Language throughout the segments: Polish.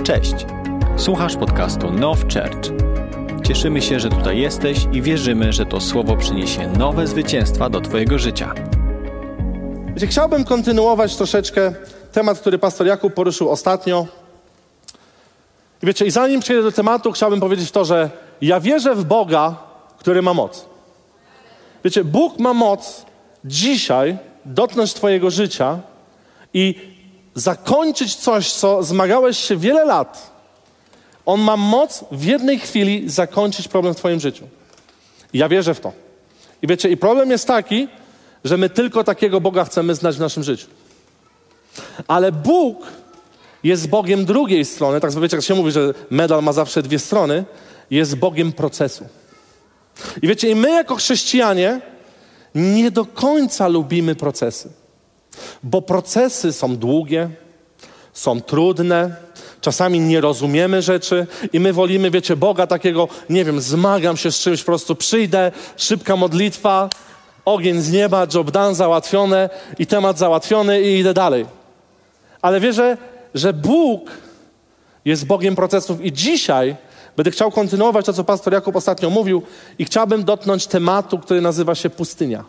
Cześć! Słuchasz podcastu Now Church. Cieszymy się, że tutaj jesteś i wierzymy, że to słowo przyniesie nowe zwycięstwa do Twojego życia. Wiecie, chciałbym kontynuować troszeczkę temat, który pastor Jakub poruszył ostatnio. I wiecie, i zanim przejdę do tematu, chciałbym powiedzieć to, że ja wierzę w Boga, który ma moc. Wiecie, Bóg ma moc dzisiaj dotknąć Twojego życia i zakończyć coś, co zmagałeś się wiele lat. On ma moc w jednej chwili zakończyć problem w Twoim życiu. Ja wierzę w to. I wiecie, i problem jest taki, że my tylko takiego Boga chcemy znać w naszym życiu. Ale Bóg jest Bogiem drugiej strony, tak wiecie, jak się mówi, że medal ma zawsze dwie strony, jest Bogiem procesu. I wiecie, i my jako chrześcijanie nie do końca lubimy procesy. Bo procesy są długie, są trudne, czasami nie rozumiemy rzeczy i my wolimy, wiecie, Boga takiego, nie wiem, zmagam się z czymś, po prostu przyjdę, szybka modlitwa, ogień z nieba, job done, załatwione i temat załatwiony i idę dalej. Ale wierzę, że Bóg jest Bogiem procesów i dzisiaj będę chciał kontynuować to, co pastor Jakub ostatnio mówił i chciałbym dotknąć tematu, który nazywa się pustynia.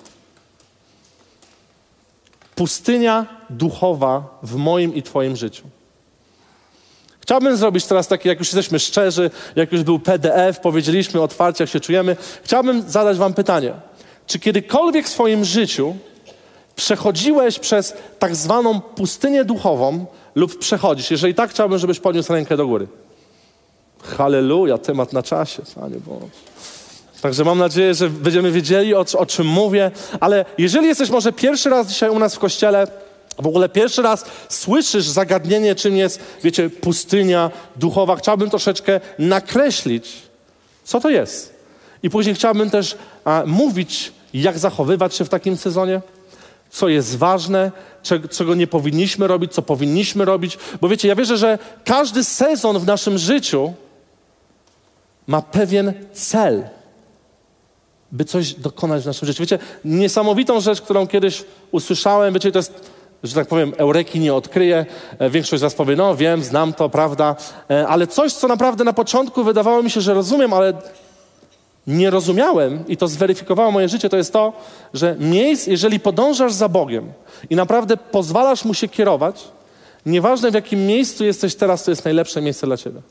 Pustynia duchowa w moim i Twoim życiu. Chciałbym zrobić teraz takie, jak już jesteśmy szczerzy, jak już był PDF, powiedzieliśmy otwarcie, jak się czujemy. Chciałbym zadać wam pytanie. Czy kiedykolwiek w swoim życiu przechodziłeś przez tak zwaną pustynię duchową lub przechodzisz? Jeżeli tak, chciałbym, żebyś podniósł rękę do góry. Halleluja, temat na czasie, Panie Boże. Także mam nadzieję, że będziemy wiedzieli, o czym mówię. Ale jeżeli jesteś może pierwszy raz dzisiaj u nas w kościele, w ogóle pierwszy raz słyszysz zagadnienie, czym jest, wiecie, pustynia duchowa, chciałbym troszeczkę nakreślić, co to jest. I później chciałbym też mówić, jak zachowywać się w takim sezonie, co jest ważne, czego nie powinniśmy robić, co powinniśmy robić. Bo wiecie, ja wierzę, że każdy sezon w naszym życiu ma pewien cel, by coś dokonać w naszym życiu. Wiecie, niesamowitą rzecz, którą kiedyś usłyszałem, wiecie, to jest, że tak powiem, eureki nie odkryję. Większość z was powie, no wiem, znam to, prawda, ale coś, co naprawdę na początku wydawało mi się, że rozumiem, ale nie rozumiałem i to zweryfikowało moje życie, to jest to, że jeżeli podążasz za Bogiem i naprawdę pozwalasz Mu się kierować, nieważne w jakim miejscu jesteś teraz, to jest najlepsze miejsce dla ciebie.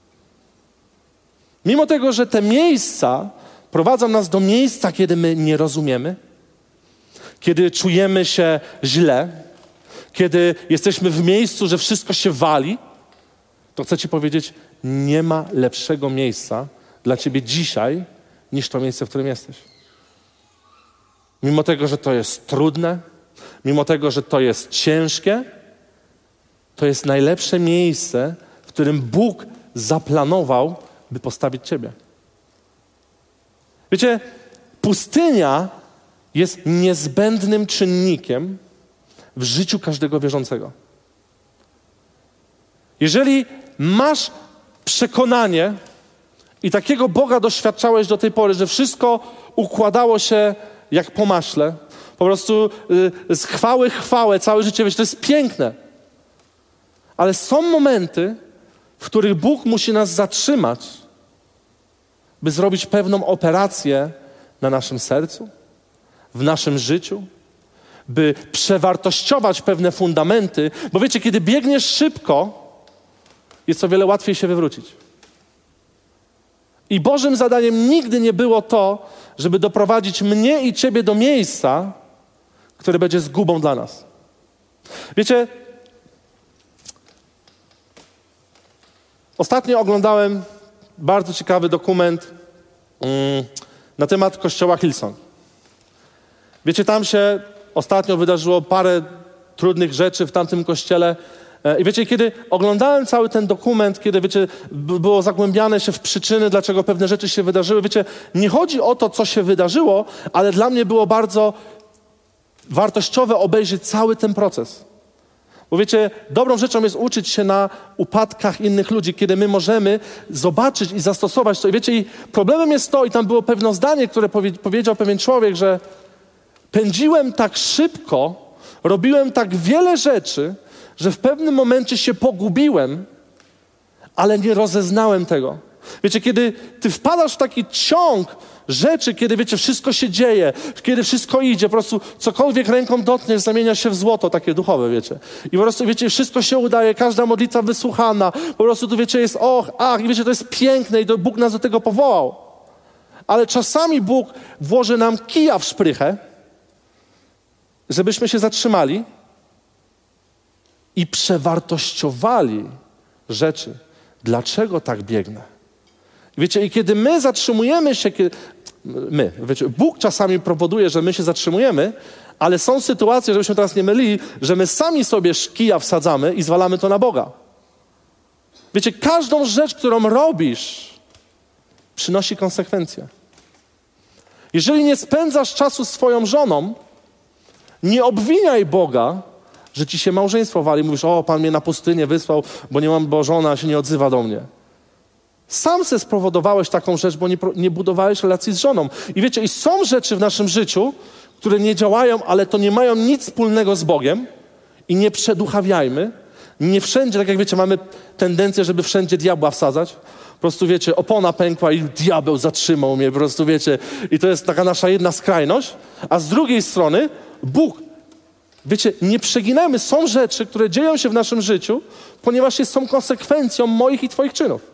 Mimo tego, że te miejsca prowadzą nas do miejsca, kiedy my nie rozumiemy, kiedy czujemy się źle, kiedy jesteśmy w miejscu, że wszystko się wali, to chcę ci powiedzieć, nie ma lepszego miejsca dla ciebie dzisiaj, niż to miejsce, w którym jesteś. Mimo tego, że to jest trudne, mimo tego, że to jest ciężkie, to jest najlepsze miejsce, w którym Bóg zaplanował, by postawić ciebie. Wiecie, pustynia jest niezbędnym czynnikiem w życiu każdego wierzącego. Jeżeli masz przekonanie i takiego Boga doświadczałeś do tej pory, że wszystko układało się jak po maśle, po prostu z chwały chwałę, całe życie, wiecie, to jest piękne. Ale są momenty, w których Bóg musi nas zatrzymać, by zrobić pewną operację na naszym sercu, w naszym życiu, by przewartościować pewne fundamenty, bo wiecie, kiedy biegniesz szybko, jest o wiele łatwiej się wywrócić. I Bożym zadaniem nigdy nie było to, żeby doprowadzić mnie i ciebie do miejsca, które będzie zgubą dla nas. Wiecie, ostatnio oglądałem bardzo ciekawy dokument na temat kościoła Hillsong. Wiecie, tam się ostatnio wydarzyło parę trudnych rzeczy w tamtym kościele. I wiecie, kiedy oglądałem cały ten dokument, kiedy, wiecie, było zagłębiane się w przyczyny, dlaczego pewne rzeczy się wydarzyły, wiecie, nie chodzi o to, co się wydarzyło, ale dla mnie było bardzo wartościowe obejrzeć cały ten proces. Bo wiecie, dobrą rzeczą jest uczyć się na upadkach innych ludzi, kiedy my możemy zobaczyć i zastosować to. I wiecie, i problemem jest to, i tam było pewne zdanie, które powiedział pewien człowiek, że pędziłem tak szybko, robiłem tak wiele rzeczy, że w pewnym momencie się pogubiłem ale nie rozeznałem tego. Wiecie, kiedy ty wpadasz w taki ciąg rzeczy, kiedy, wiecie, wszystko się dzieje, kiedy wszystko idzie, po prostu cokolwiek ręką dotkniesz, zamienia się w złoto, takie duchowe, wiecie. I po prostu, wiecie, wszystko się udaje, każda modlitwa wysłuchana, po prostu tu, wiecie, jest i wiecie, to jest piękne i Bóg nas do tego powołał. Ale czasami Bóg włoży nam kija w szprychę, żebyśmy się zatrzymali i przewartościowali rzeczy. Dlaczego tak biegnę? Wiecie, i kiedy my zatrzymujemy się, wiecie, Bóg czasami powoduje, że my się zatrzymujemy, ale są sytuacje, żebyśmy teraz nie mylili, że my sami sobie kija wsadzamy i zwalamy to na Boga. Wiecie, każdą rzecz, którą robisz, przynosi konsekwencje. Jeżeli nie spędzasz czasu z swoją żoną, nie obwiniaj Boga, że ci się małżeństwo wali. Mówisz, Pan mnie na pustynię wysłał, bo żona się nie odzywa do mnie. Sam se spowodowałeś taką rzecz, bo nie budowałeś relacji z żoną. I wiecie, i są rzeczy w naszym życiu, które nie działają, ale to nie mają nic wspólnego z Bogiem i nie przeduchawiajmy. Nie wszędzie, tak jak wiecie, mamy tendencję, żeby wszędzie diabła wsadzać. Po prostu, wiecie, opona pękła i diabeł zatrzymał mnie, po prostu, wiecie. I to jest taka nasza jedna skrajność. A z drugiej strony Bóg, wiecie, nie przeginajmy. Są rzeczy, które dzieją się w naszym życiu, ponieważ są konsekwencją moich i twoich czynów.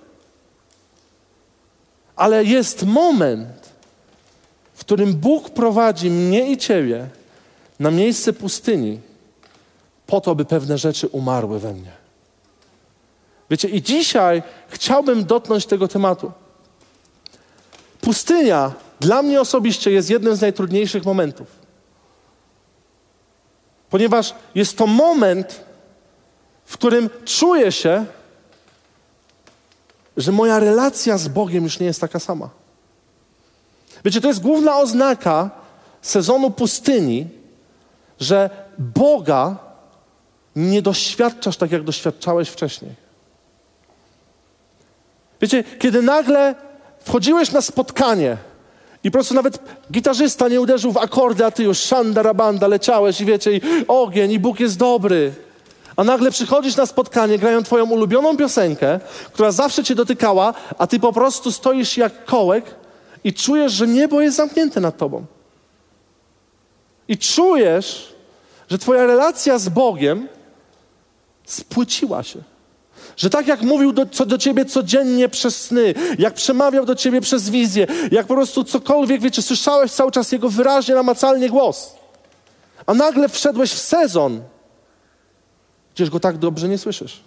Ale jest moment, w którym Bóg prowadzi mnie i ciebie na miejsce pustyni po to, by pewne rzeczy umarły we mnie. Wiecie, i dzisiaj chciałbym dotknąć tego tematu. Pustynia dla mnie osobiście jest jednym z najtrudniejszych momentów. Ponieważ jest to moment, w którym czuję się, że moja relacja z Bogiem już nie jest taka sama. Wiecie, to jest główna oznaka sezonu pustyni, że Boga nie doświadczasz tak, jak doświadczałeś wcześniej. Wiecie, kiedy nagle wchodziłeś na spotkanie i po prostu nawet gitarzysta nie uderzył w akordy, a ty już szandarabanda leciałeś i wiecie, i ogień, i Bóg jest dobry. A nagle przychodzisz na spotkanie, grają twoją ulubioną piosenkę, która zawsze cię dotykała, a ty po prostu stoisz jak kołek i czujesz, że niebo jest zamknięte nad tobą. I czujesz, że twoja relacja z Bogiem spłyciła się. Że tak jak mówił do ciebie codziennie przez sny, jak przemawiał do ciebie przez wizję, jak po prostu cokolwiek, wiecie, słyszałeś cały czas Jego wyraźnie, namacalnie głos. A nagle wszedłeś w sezon, gdzież Go tak dobrze nie słyszysz.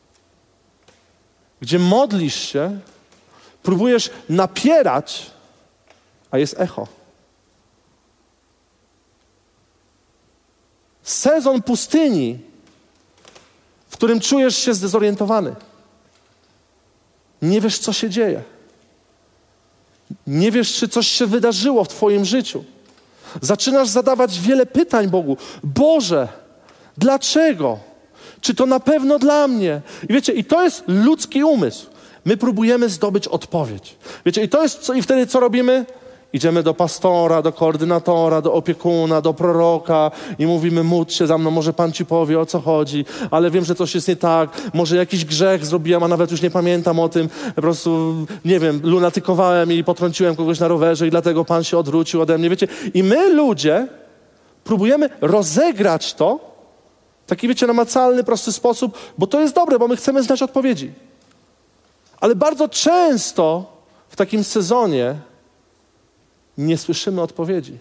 Gdzie modlisz się, próbujesz napierać, a jest echo. Sezon pustyni, w którym czujesz się zdezorientowany. Nie wiesz, co się dzieje. Nie wiesz, czy coś się wydarzyło w twoim życiu. Zaczynasz zadawać wiele pytań Bogu. Boże, dlaczego? Czy to na pewno dla mnie? I wiecie, i to jest ludzki umysł. My próbujemy zdobyć odpowiedź. Wiecie, i wtedy co robimy? Idziemy do pastora, do koordynatora, do opiekuna, do proroka i mówimy, módl się za mną, może Pan ci powie, o co chodzi, ale wiem, że coś jest nie tak, może jakiś grzech zrobiłem, a nawet już nie pamiętam o tym, po prostu, nie wiem, lunatykowałem i potrąciłem kogoś na rowerze i dlatego Pan się odwrócił ode mnie, wiecie. I my, ludzie, próbujemy rozegrać to w taki, wiecie, namacalny, prosty sposób, bo to jest dobre, bo my chcemy znać odpowiedzi. Ale bardzo często w takim sezonie nie słyszymy odpowiedzi.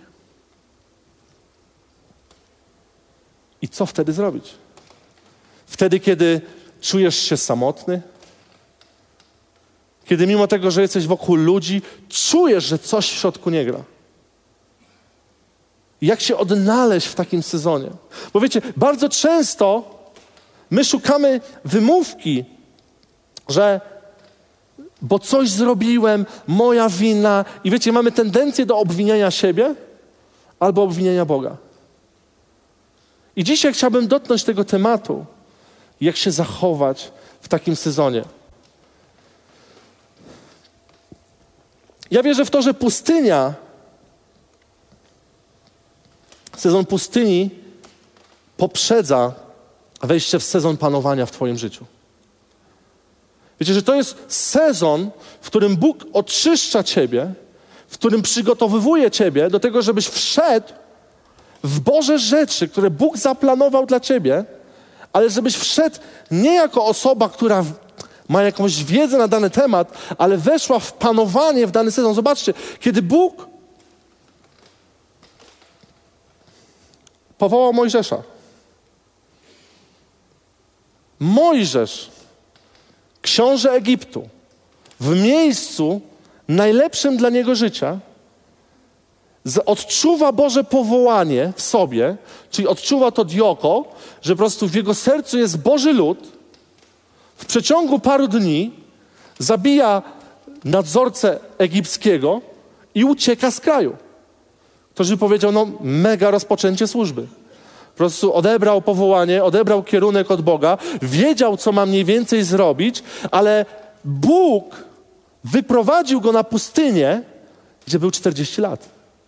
I co wtedy zrobić? Wtedy, kiedy czujesz się samotny, kiedy mimo tego, że jesteś wokół ludzi, czujesz, że coś w środku nie gra. Jak się odnaleźć w takim sezonie? Bo wiecie, bardzo często my szukamy wymówki, że bo coś zrobiłem, moja wina. I wiecie, mamy tendencję do obwiniania siebie albo obwiniania Boga. I dzisiaj chciałbym dotknąć tego tematu, jak się zachować w takim sezonie. Ja wierzę w to, że sezon pustyni poprzedza wejście w sezon panowania w twoim życiu. Wiecie, że to jest sezon, w którym Bóg oczyszcza ciebie, w którym przygotowywuje ciebie do tego, żebyś wszedł w Boże rzeczy, które Bóg zaplanował dla ciebie, ale żebyś wszedł nie jako osoba, która ma jakąś wiedzę na dany temat, ale weszła w panowanie w dany sezon. Zobaczcie, kiedy Bóg powołał Mojżesza. Mojżesz, książę Egiptu, w miejscu najlepszym dla niego życia, odczuwa Boże powołanie w sobie, czyli odczuwa to dioko, że po prostu w jego sercu jest Boży lud. W przeciągu paru dni zabija nadzorcę egipskiego i ucieka z kraju. Ktoś by powiedział, mega rozpoczęcie służby. Po prostu odebrał powołanie, odebrał kierunek od Boga, wiedział, co ma mniej więcej zrobić, ale Bóg wyprowadził go na pustynię, gdzie był 40 lat.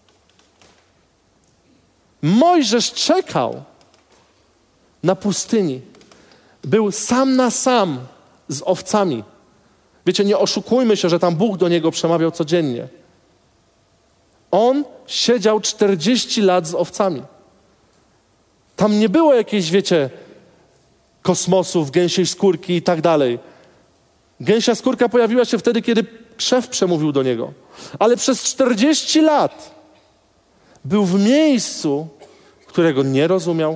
Mojżesz czekał na pustyni. Był sam na sam z owcami. Wiecie, nie oszukujmy się, że tam Bóg do niego przemawiał codziennie. On siedział 40 lat z owcami. Tam nie było jakiejś, wiecie, kosmosów, gęsiej skórki i tak dalej. Gęsia skórka pojawiła się wtedy, kiedy szef przemówił do niego. Ale przez 40 lat był w miejscu, którego nie rozumiał.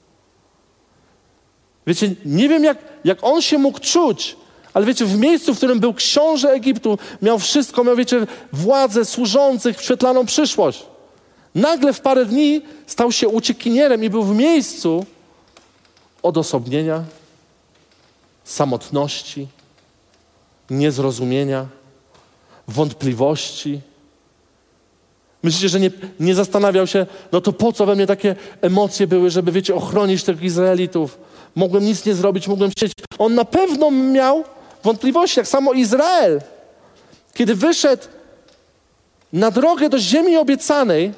Wiecie, nie wiem jak on się mógł czuć, ale wiecie, w miejscu, w którym był książę Egiptu, miał wszystko, miał, wiecie, władzę, służących, świetlaną przyszłość. Nagle w parę dni stał się uciekinierem i był w miejscu odosobnienia, samotności, niezrozumienia, wątpliwości. Myślicie, że nie zastanawiał się, to po co we mnie takie emocje były, żeby, wiecie, ochronić tych Izraelitów. Mogłem nic nie zrobić, mogłem siedzieć. On na pewno miał wątpliwości, jak samo Izrael. Kiedy wyszedł na drogę do ziemi obiecanej,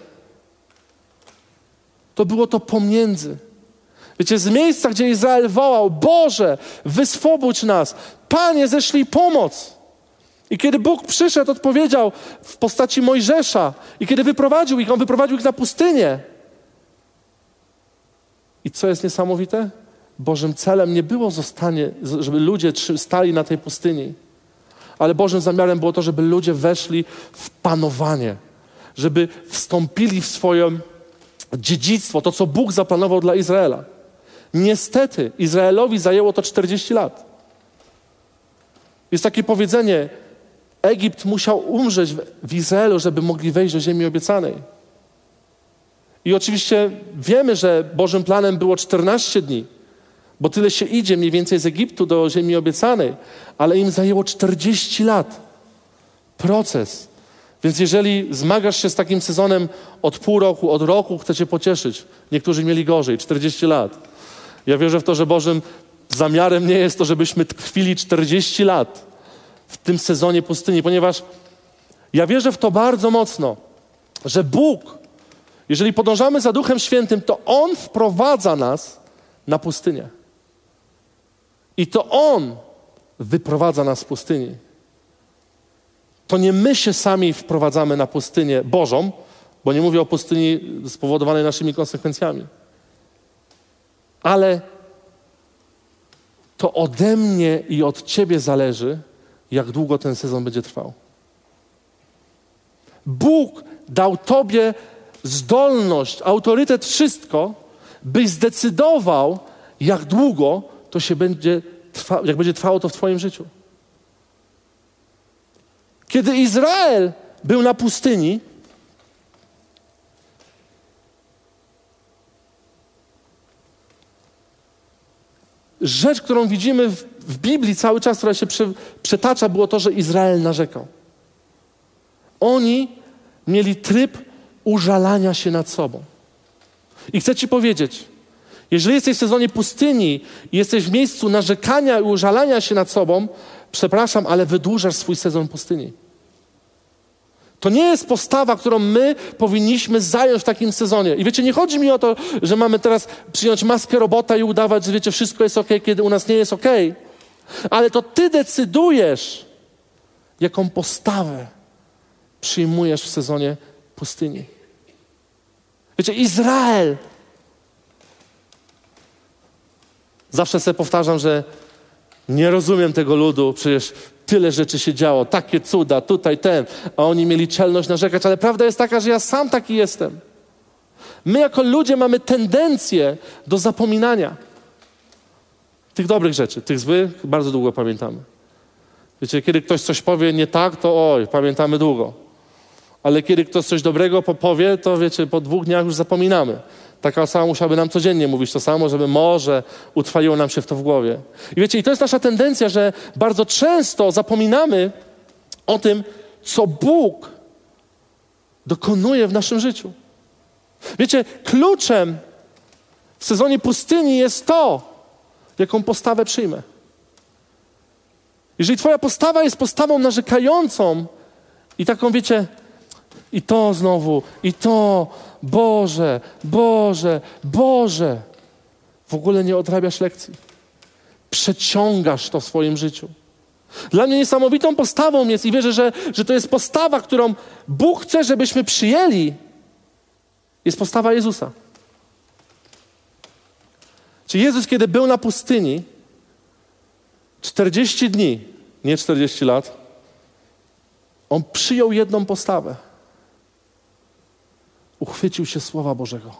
to było to pomiędzy. Wiecie, z miejsca, gdzie Izrael wołał, Boże, wyswobódź nas, Panie, ześlij pomoc. I kiedy Bóg przyszedł, odpowiedział w postaci Mojżesza. I kiedy wyprowadził ich, on wyprowadził ich na pustynię. I co jest niesamowite? Bożym celem nie było zostanie, żeby ludzie stali na tej pustyni. Ale Bożym zamiarem było to, żeby ludzie weszli w panowanie. Żeby wstąpili w swoje dziedzictwo, to co Bóg zaplanował dla Izraela. Niestety Izraelowi zajęło to 40 lat. Jest takie powiedzenie, Egipt musiał umrzeć w Izraelu, żeby mogli wejść do ziemi obiecanej. I oczywiście wiemy, że Bożym planem było 14 dni, bo tyle się idzie mniej więcej z Egiptu do ziemi obiecanej, ale im zajęło 40 lat. Proces. Więc jeżeli zmagasz się z takim sezonem od pół roku, od roku, chcecie pocieszyć. Niektórzy mieli gorzej, 40 lat. Ja wierzę w to, że Bożym zamiarem nie jest to, żebyśmy tkwili 40 lat w tym sezonie pustyni, ponieważ ja wierzę w to bardzo mocno, że Bóg, jeżeli podążamy za Duchem Świętym, to On wprowadza nas na pustynię. I to On wyprowadza nas z pustyni. To nie my się sami wprowadzamy na pustynię Bożą, bo nie mówię o pustyni spowodowanej naszymi konsekwencjami. Ale to ode mnie i od ciebie zależy, jak długo ten sezon będzie trwał. Bóg dał tobie zdolność, autorytet, wszystko, byś zdecydował, jak długo to się będzie trwało, jak będzie trwało to w twoim życiu. Kiedy Izrael był na pustyni, rzecz, którą widzimy w Biblii cały czas, która się przetacza, było to, że Izrael narzekał. Oni mieli tryb użalania się nad sobą. I chcę ci powiedzieć, jeżeli jesteś w sezonie pustyni i jesteś w miejscu narzekania i użalania się nad sobą, przepraszam, ale wydłużasz swój sezon pustyni. To nie jest postawa, którą my powinniśmy zająć w takim sezonie. I wiecie, nie chodzi mi o to, że mamy teraz przyjąć maskę robota i udawać, że wiecie, wszystko jest okej, kiedy u nas nie jest okej. Ale to ty decydujesz, jaką postawę przyjmujesz w sezonie pustyni. Wiecie, Izrael. Zawsze sobie powtarzam, że nie rozumiem tego ludu, przecież tyle rzeczy się działo, takie cuda, tutaj a oni mieli czelność narzekać, ale prawda jest taka, że ja sam taki jestem. My jako ludzie mamy tendencję do zapominania tych dobrych rzeczy, tych złych bardzo długo pamiętamy. Wiecie, kiedy ktoś coś powie nie tak, to pamiętamy długo. Ale kiedy ktoś coś dobrego powie, to wiecie, po 2 dniach już zapominamy. Taka osoba musiałaby nam codziennie mówić to samo, żeby może utrwaliło nam się w to w głowie. I wiecie, i to jest nasza tendencja, że bardzo często zapominamy o tym, co Bóg dokonuje w naszym życiu. Wiecie, kluczem w sezonie pustyni jest to, jaką postawę przyjmę. Jeżeli twoja postawa jest postawą narzekającą i taką, wiecie, i to znowu, i to, Boże, w ogóle nie odrabiasz lekcji. Przeciągasz to w swoim życiu. Dla mnie niesamowitą postawą jest i wierzę, że to jest postawa, którą Bóg chce, żebyśmy przyjęli, jest postawa Jezusa. Czy Jezus, kiedy był na pustyni 40 dni, nie 40 lat, On przyjął jedną postawę. Uchwycił się Słowa Bożego.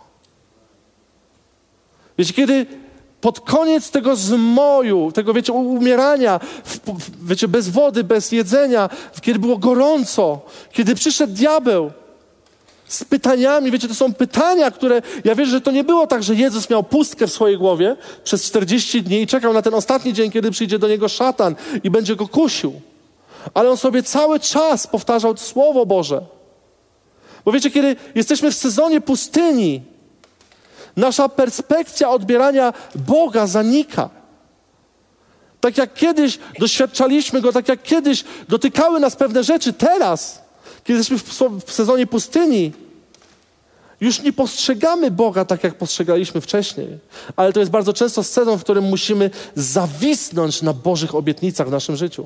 Wiecie, kiedy pod koniec tego zmoju, tego, wiecie, umierania, wiecie, bez wody, bez jedzenia, kiedy było gorąco, kiedy przyszedł diabeł z pytaniami, wiecie, to są pytania, które, ja wierzę, że to nie było tak, że Jezus miał pustkę w swojej głowie przez 40 dni i czekał na ten ostatni dzień, kiedy przyjdzie do Niego szatan i będzie Go kusił. Ale On sobie cały czas powtarzał Słowo Boże. Bo wiecie, kiedy jesteśmy w sezonie pustyni, nasza perspektywa odbierania Boga zanika. Tak jak kiedyś doświadczaliśmy Go, tak jak kiedyś dotykały nas pewne rzeczy, teraz, kiedy jesteśmy w sezonie pustyni, już nie postrzegamy Boga tak, jak postrzegaliśmy wcześniej. Ale to jest bardzo często sezon, w którym musimy zawisnąć na Bożych obietnicach w naszym życiu.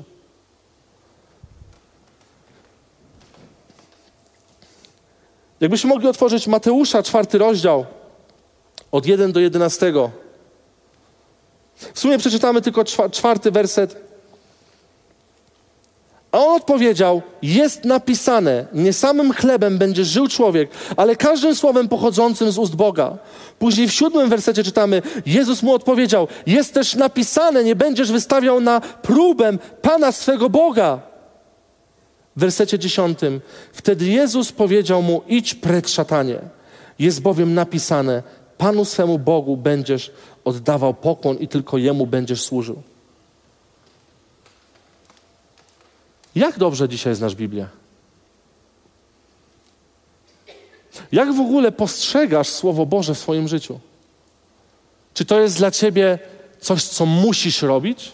Jakbyśmy mogli otworzyć Mateusza, 4 rozdział, od 1 do 11. W sumie przeczytamy tylko 4 werset. A On odpowiedział, jest napisane, nie samym chlebem będzie żył człowiek, ale każdym słowem pochodzącym z ust Boga. Później w 7 wersecie czytamy, Jezus mu odpowiedział, jest też napisane, nie będziesz wystawiał na próbę Pana swego Boga. W wersecie 10. Wtedy Jezus powiedział mu, idź precz, szatanie. Jest bowiem napisane, Panu swemu Bogu będziesz oddawał pokłon i tylko Jemu będziesz służył. Jak dobrze dzisiaj znasz Biblię? Jak w ogóle postrzegasz Słowo Boże w swoim życiu? Czy to jest dla ciebie coś, co musisz robić?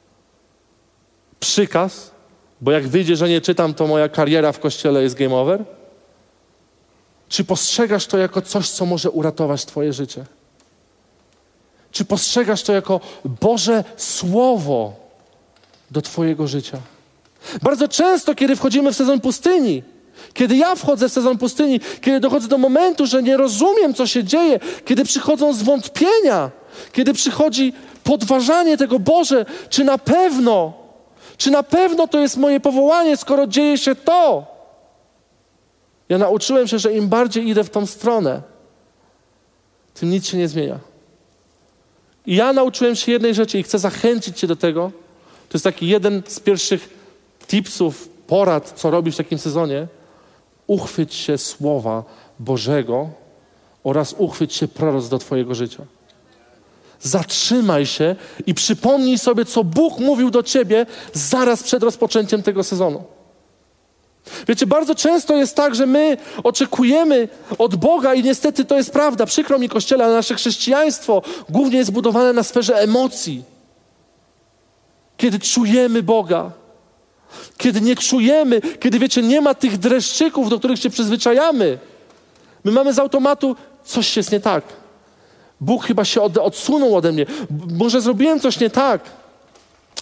Przykaz? Bo jak wyjdzie, że nie czytam, to moja kariera w Kościele jest game over? Czy postrzegasz to jako coś, co może uratować twoje życie? Czy postrzegasz to jako Boże Słowo do twojego życia? Bardzo często, kiedy wchodzimy w sezon pustyni, kiedy ja wchodzę w sezon pustyni, kiedy dochodzę do momentu, że nie rozumiem, co się dzieje, kiedy przychodzą zwątpienia, kiedy przychodzi podważanie tego, Boże, czy na pewno to jest moje powołanie, skoro dzieje się to? Ja nauczyłem się, że im bardziej idę w tą stronę, tym nic się nie zmienia. I ja nauczyłem się jednej rzeczy i chcę zachęcić cię do tego. To jest taki jeden z pierwszych tipsów, porad, co robić w takim sezonie. Uchwyć się Słowa Bożego oraz uchwyć się proroc do twojego życia. Zatrzymaj się i przypomnij sobie, co Bóg mówił do ciebie zaraz przed rozpoczęciem tego sezonu. Wiecie, bardzo często jest tak, że my oczekujemy od Boga i niestety to jest prawda, przykro mi Kościele, ale nasze chrześcijaństwo głównie jest budowane na sferze emocji. Kiedy czujemy Boga, kiedy nie czujemy, kiedy, wiecie, nie ma tych dreszczyków, do których się przyzwyczajamy. My mamy z automatu, coś jest nie tak. Bóg chyba się odsunął ode mnie. Może zrobiłem coś nie tak.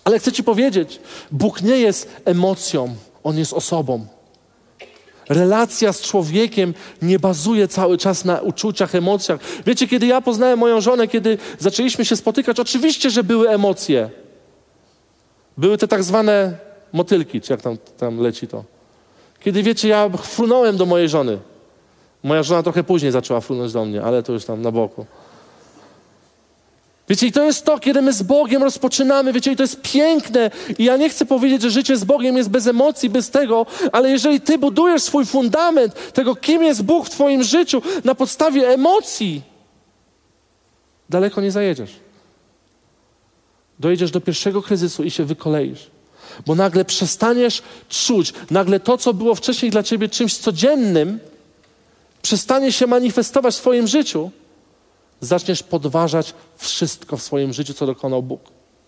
Ale chcę ci powiedzieć, Bóg nie jest emocją, On jest osobą. Relacja z człowiekiem nie bazuje cały czas na uczuciach, emocjach. Wiecie, kiedy ja poznałem moją żonę, kiedy zaczęliśmy się spotykać, oczywiście, że były emocje. Były te tak zwane motylki, czy jak tam leci to. Kiedy, wiecie, ja frunąłem do mojej żony. Moja żona trochę później zaczęła frunąć do mnie, ale to już tam na boku. Wiecie, i to jest to, kiedy my z Bogiem rozpoczynamy, wiecie, i to jest piękne. I ja nie chcę powiedzieć, że życie z Bogiem jest bez emocji, bez tego, ale jeżeli ty budujesz swój fundament tego, kim jest Bóg w twoim życiu na podstawie emocji, daleko nie zajedziesz. Dojedziesz do pierwszego kryzysu i się wykoleisz. Bo nagle przestaniesz czuć, nagle to, co było wcześniej dla ciebie czymś codziennym, przestanie się manifestować w twoim życiu. Zaczniesz podważać wszystko w swoim życiu, co dokonał Bóg.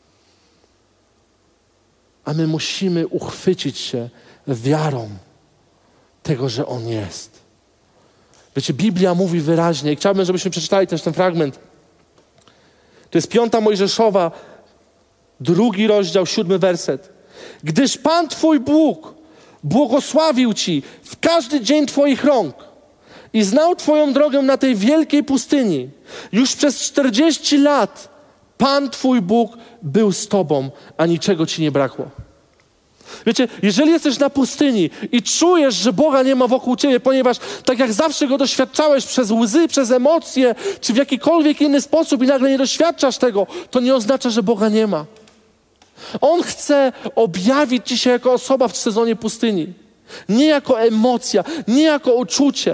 A my musimy uchwycić się wiarą tego, że On jest. Wiecie, Biblia mówi wyraźnie i chciałbym, żebyśmy przeczytali też ten fragment. To jest 5 Mojżeszowa, 2 rozdział, 7 werset. Gdyż Pan Twój Bóg błogosławił Ci w każdy dzień Twoich rąk i znał Twoją drogę na tej wielkiej pustyni. Już przez 40 lat Pan Twój Bóg był z Tobą, a niczego Ci nie brakło. Wiecie, jeżeli jesteś na pustyni i czujesz, że Boga nie ma wokół Ciebie, ponieważ tak jak zawsze Go doświadczałeś przez łzy, przez emocje, czy w jakikolwiek inny sposób i nagle nie doświadczasz tego, to nie oznacza, że Boga nie ma. On chce objawić Ci się jako osoba w sezonie pustyni. Nie jako emocja, nie jako uczucie.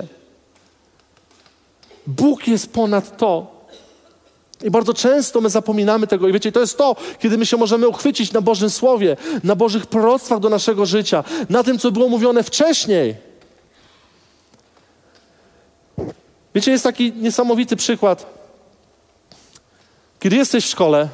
Bóg jest ponad to. I bardzo często my zapominamy tego. I wiecie, to jest to, kiedy my się możemy uchwycić na Bożym Słowie, na Bożych proroctwach do naszego życia, na tym, co było mówione wcześniej. Wiecie, jest taki niesamowity przykład. Kiedy jesteś w szkole,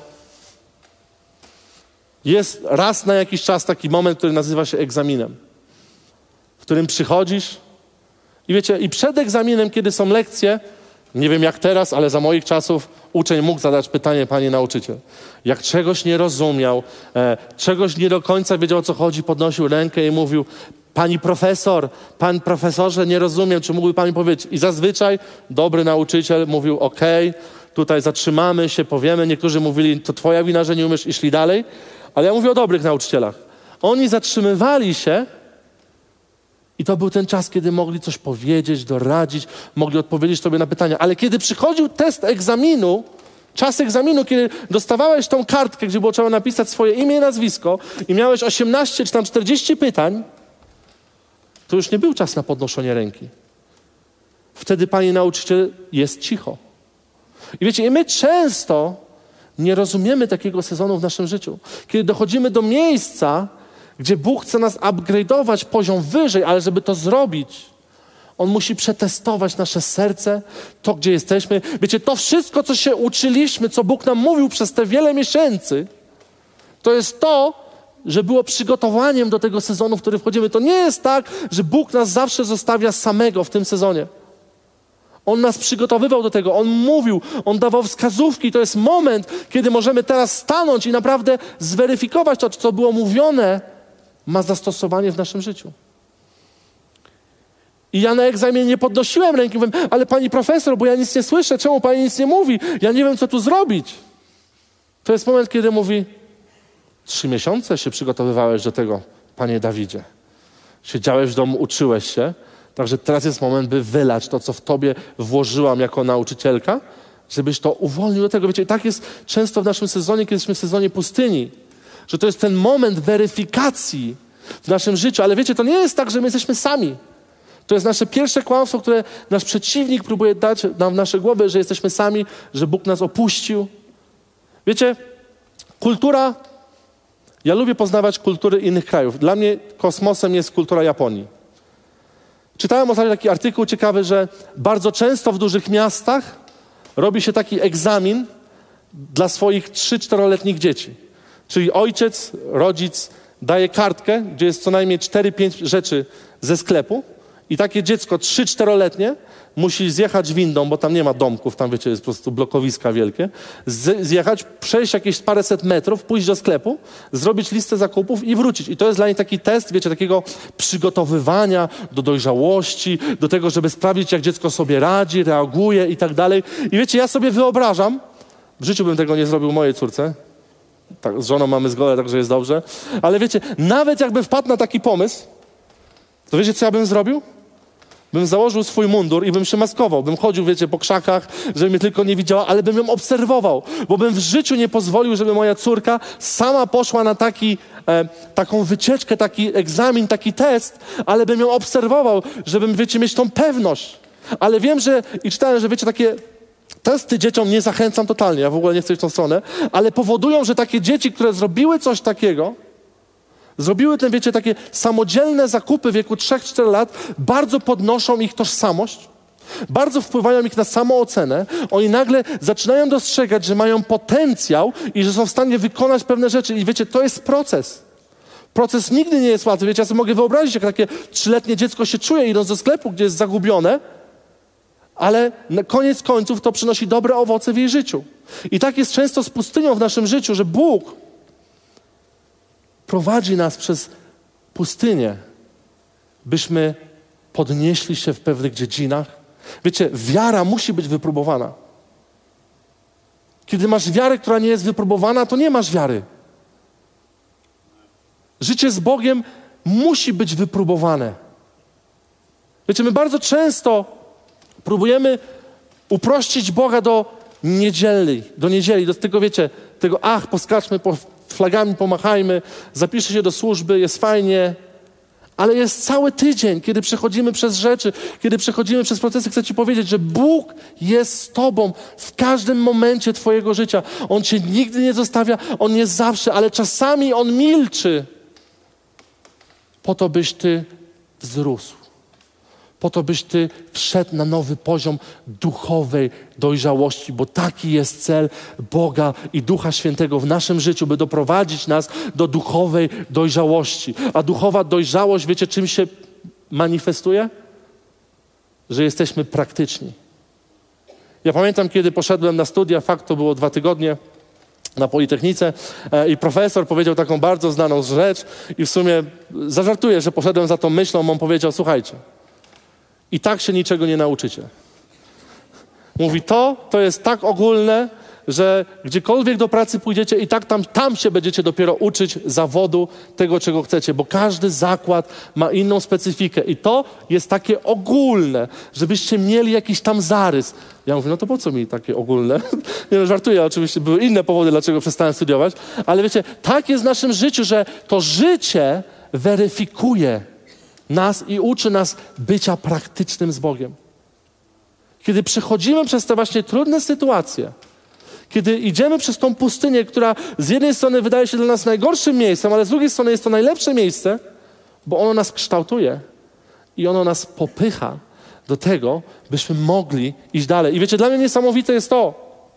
jest raz na jakiś czas taki moment, który nazywa się egzaminem, w którym przychodzisz i wiecie, i przed egzaminem, kiedy są lekcje, nie wiem jak teraz, ale za moich czasów uczeń mógł zadać pytanie, panie nauczyciel. Jak czegoś nie rozumiał, czegoś nie do końca wiedział, o co chodzi, podnosił rękę i mówił, pani profesor, pan profesorze, nie rozumiem, czy mógłby pan mi powiedzieć? I zazwyczaj dobry nauczyciel mówił, okej, tutaj zatrzymamy się, powiemy. Niektórzy mówili, to twoja wina, że nie umiesz, i szli dalej. Ale ja mówię o dobrych nauczycielach. Oni zatrzymywali się i to był ten czas, kiedy mogli coś powiedzieć, doradzić, mogli odpowiedzieć sobie na pytania. Ale kiedy przychodził test egzaminu, czas egzaminu, kiedy dostawałeś tą kartkę, gdzie było trzeba napisać swoje imię i nazwisko i miałeś 18 czy tam 40 pytań, to już nie był czas na podnoszenie ręki. Wtedy pani nauczyciel jest cicho. I wiecie, i my często nie rozumiemy takiego sezonu w naszym życiu. Kiedy dochodzimy do miejsca, gdzie Bóg chce nas upgrade'ować poziom wyżej, ale żeby to zrobić, On musi przetestować nasze serce, to gdzie jesteśmy. Wiecie, to wszystko, co się uczyliśmy, co Bóg nam mówił przez te wiele miesięcy, to jest to, że było przygotowaniem do tego sezonu, w który wchodzimy. To nie jest tak, że Bóg nas zawsze zostawia samego w tym sezonie. On nas przygotowywał do tego, On mówił, On dawał wskazówki. To jest moment, kiedy możemy teraz stanąć i naprawdę zweryfikować to, co było mówione, ma zastosowanie w naszym życiu. I ja na egzaminie nie podnosiłem ręki, mówię, ale pani profesor, bo ja nic nie słyszę, czemu pani nic nie mówi? Ja nie wiem, co tu zrobić. To jest moment, kiedy mówi, 3 miesiące się przygotowywałeś do tego, panie Dawidzie. Siedziałeś w domu, uczyłeś się, także teraz jest moment, by wylać to, co w tobie włożyłam jako nauczycielka, żebyś to uwolnił do tego. Wiecie, i tak jest często w naszym sezonie, kiedy jesteśmy w sezonie pustyni, że to jest ten moment weryfikacji w naszym życiu. Ale wiecie, to nie jest tak, że my jesteśmy sami. To jest nasze pierwsze kłamstwo, które nasz przeciwnik próbuje dać nam w nasze głowy, że jesteśmy sami, że Bóg nas opuścił. Wiecie, kultura, ja lubię poznawać kultury innych krajów. Dla mnie kosmosem jest kultura Japonii. Czytałem ostatnio taki artykuł ciekawy, że bardzo często w dużych miastach robi się taki egzamin dla swoich 3-4-letnich dzieci. Czyli ojciec, rodzic daje kartkę, gdzie jest co najmniej 4-5 rzeczy ze sklepu I takie dziecko 3-4-letnie musi zjechać windą, bo tam nie ma domków, tam wiecie, jest po prostu blokowiska wielkie, zjechać, przejść jakieś paręset metrów, pójść do sklepu, zrobić listę zakupów i wrócić. I to jest dla niej taki test, wiecie, takiego przygotowywania do dojrzałości, do tego, żeby sprawdzić, jak dziecko sobie radzi, reaguje i tak dalej. I wiecie, ja sobie wyobrażam, w życiu bym tego nie zrobił mojej córce, tak, z żoną mamy zgodę, także jest dobrze, ale wiecie, nawet jakbym wpadł na taki pomysł, to wiecie, co ja bym zrobił? Bym założył swój mundur i bym się maskował. Bym chodził, wiecie, po krzakach, żeby mnie tylko nie widziała, ale bym ją obserwował. Bo bym w życiu nie pozwolił, żeby moja córka sama poszła na taką wycieczkę, taki egzamin, taki test, ale bym ją obserwował, żebym, wiecie, mieć tą pewność. Ale wiem, i czytałem, że wiecie, takie testy dzieciom nie zachęcam totalnie, ja w ogóle nie chcę iść w tą stronę, ale powodują, że takie dzieci, które zrobiły coś takiego, zrobiły te, wiecie, takie samodzielne zakupy w wieku 3-4 lat, bardzo podnoszą ich tożsamość, bardzo wpływają ich na samoocenę. Oni nagle zaczynają dostrzegać, że mają potencjał i że są w stanie wykonać pewne rzeczy. I wiecie, to jest proces. Proces nigdy nie jest łatwy. Wiecie, ja sobie mogę wyobrazić, jak takie 3-letnie dziecko się czuje, idąc do sklepu, gdzie jest zagubione, ale na koniec końców to przynosi dobre owoce w jej życiu. I tak jest często z pustynią w naszym życiu, że Bóg prowadzi nas przez pustynię, byśmy podnieśli się w pewnych dziedzinach. Wiecie, wiara musi być wypróbowana. Kiedy masz wiarę, która nie jest wypróbowana, to nie masz wiary. Życie z Bogiem musi być wypróbowane. Wiecie, my bardzo często próbujemy uprościć Boga do niedzieli, do tego, wiecie, poskaczmy, flagami pomachajmy, zapiszę się do służby, jest fajnie, ale jest cały tydzień, kiedy przechodzimy przez rzeczy, kiedy przechodzimy przez procesy. Chcę ci powiedzieć, że Bóg jest z tobą w każdym momencie twojego życia. On cię nigdy nie zostawia, On jest zawsze, ale czasami On milczy po to, byś ty wzrósł. Po to, byś ty wszedł na nowy poziom duchowej dojrzałości, bo taki jest cel Boga i Ducha Świętego w naszym życiu, by doprowadzić nas do duchowej dojrzałości. A duchowa dojrzałość, wiecie, czym się manifestuje? Że jesteśmy praktyczni. Ja pamiętam, kiedy poszedłem na studia, to było 2 tygodnie, na Politechnice i profesor powiedział taką bardzo znaną rzecz i w sumie zażartuję, że poszedłem za tą myślą, on powiedział, słuchajcie, i tak się niczego nie nauczycie. Mówi, to jest tak ogólne, że gdziekolwiek do pracy pójdziecie i tak tam się będziecie dopiero uczyć zawodu tego, czego chcecie, bo każdy zakład ma inną specyfikę i to jest takie ogólne, żebyście mieli jakiś tam zarys. Ja mówię, no to po co mi takie ogólne? Nie no, żartuję, oczywiście były inne powody, dlaczego przestałem studiować, ale wiecie, tak jest w naszym życiu, że to życie weryfikuje nas i uczy nas bycia praktycznym z Bogiem. Kiedy przechodzimy przez te właśnie trudne sytuacje, kiedy idziemy przez tą pustynię, która z jednej strony wydaje się dla nas najgorszym miejscem, ale z drugiej strony jest to najlepsze miejsce, bo ono nas kształtuje i ono nas popycha do tego, byśmy mogli iść dalej. I wiecie, dla mnie niesamowite jest to,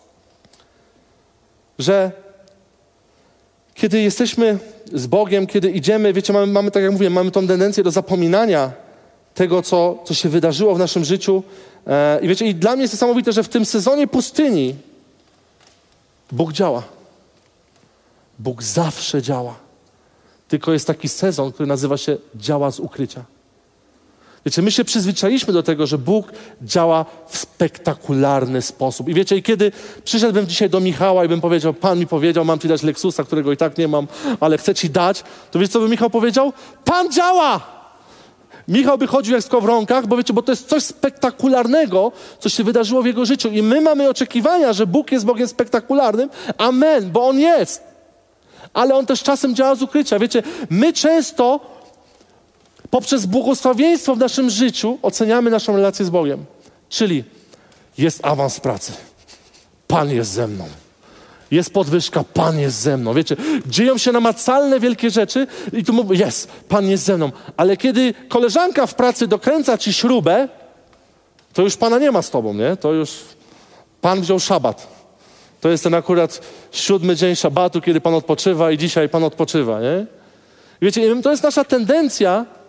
że kiedy jesteśmy z Bogiem, kiedy idziemy, wiecie, mamy tak jak mówię, mamy tą tendencję do zapominania tego, co się wydarzyło w naszym życiu. I wiecie, i dla mnie jest niesamowite, że w tym sezonie pustyni Bóg działa. Bóg zawsze działa. Tylko jest taki sezon, który nazywa się działa z ukrycia. Wiecie, my się przyzwyczailiśmy do tego, że Bóg działa w spektakularny sposób. I wiecie, i kiedy przyszedłbym dzisiaj do Michała i bym powiedział, Pan mi powiedział, mam ci dać Lexusa, którego i tak nie mam, ale chcę ci dać, to wiecie, co by Michał powiedział? Pan działa! Michał by chodził jak z skowronkach, bo wiecie, bo to jest coś spektakularnego, co się wydarzyło w jego życiu. I my mamy oczekiwania, że Bóg jest Bogiem spektakularnym. Amen, bo On jest. Ale On też czasem działa z ukrycia. Wiecie, my często poprzez błogosławieństwo w naszym życiu oceniamy naszą relację z Bogiem. Czyli jest awans w pracy. Pan jest ze mną. Jest podwyżka, Pan jest ze mną. Wiecie, dzieją się namacalne wielkie rzeczy i tu mówię, jest, Pan jest ze mną. Ale kiedy koleżanka w pracy dokręca ci śrubę, to już Pana nie ma z tobą, nie? To już Pan wziął szabat. To jest ten akurat 7 dzień szabatu, kiedy Pan odpoczywa i dzisiaj Pan odpoczywa, nie? I wiecie, to jest nasza tendencja,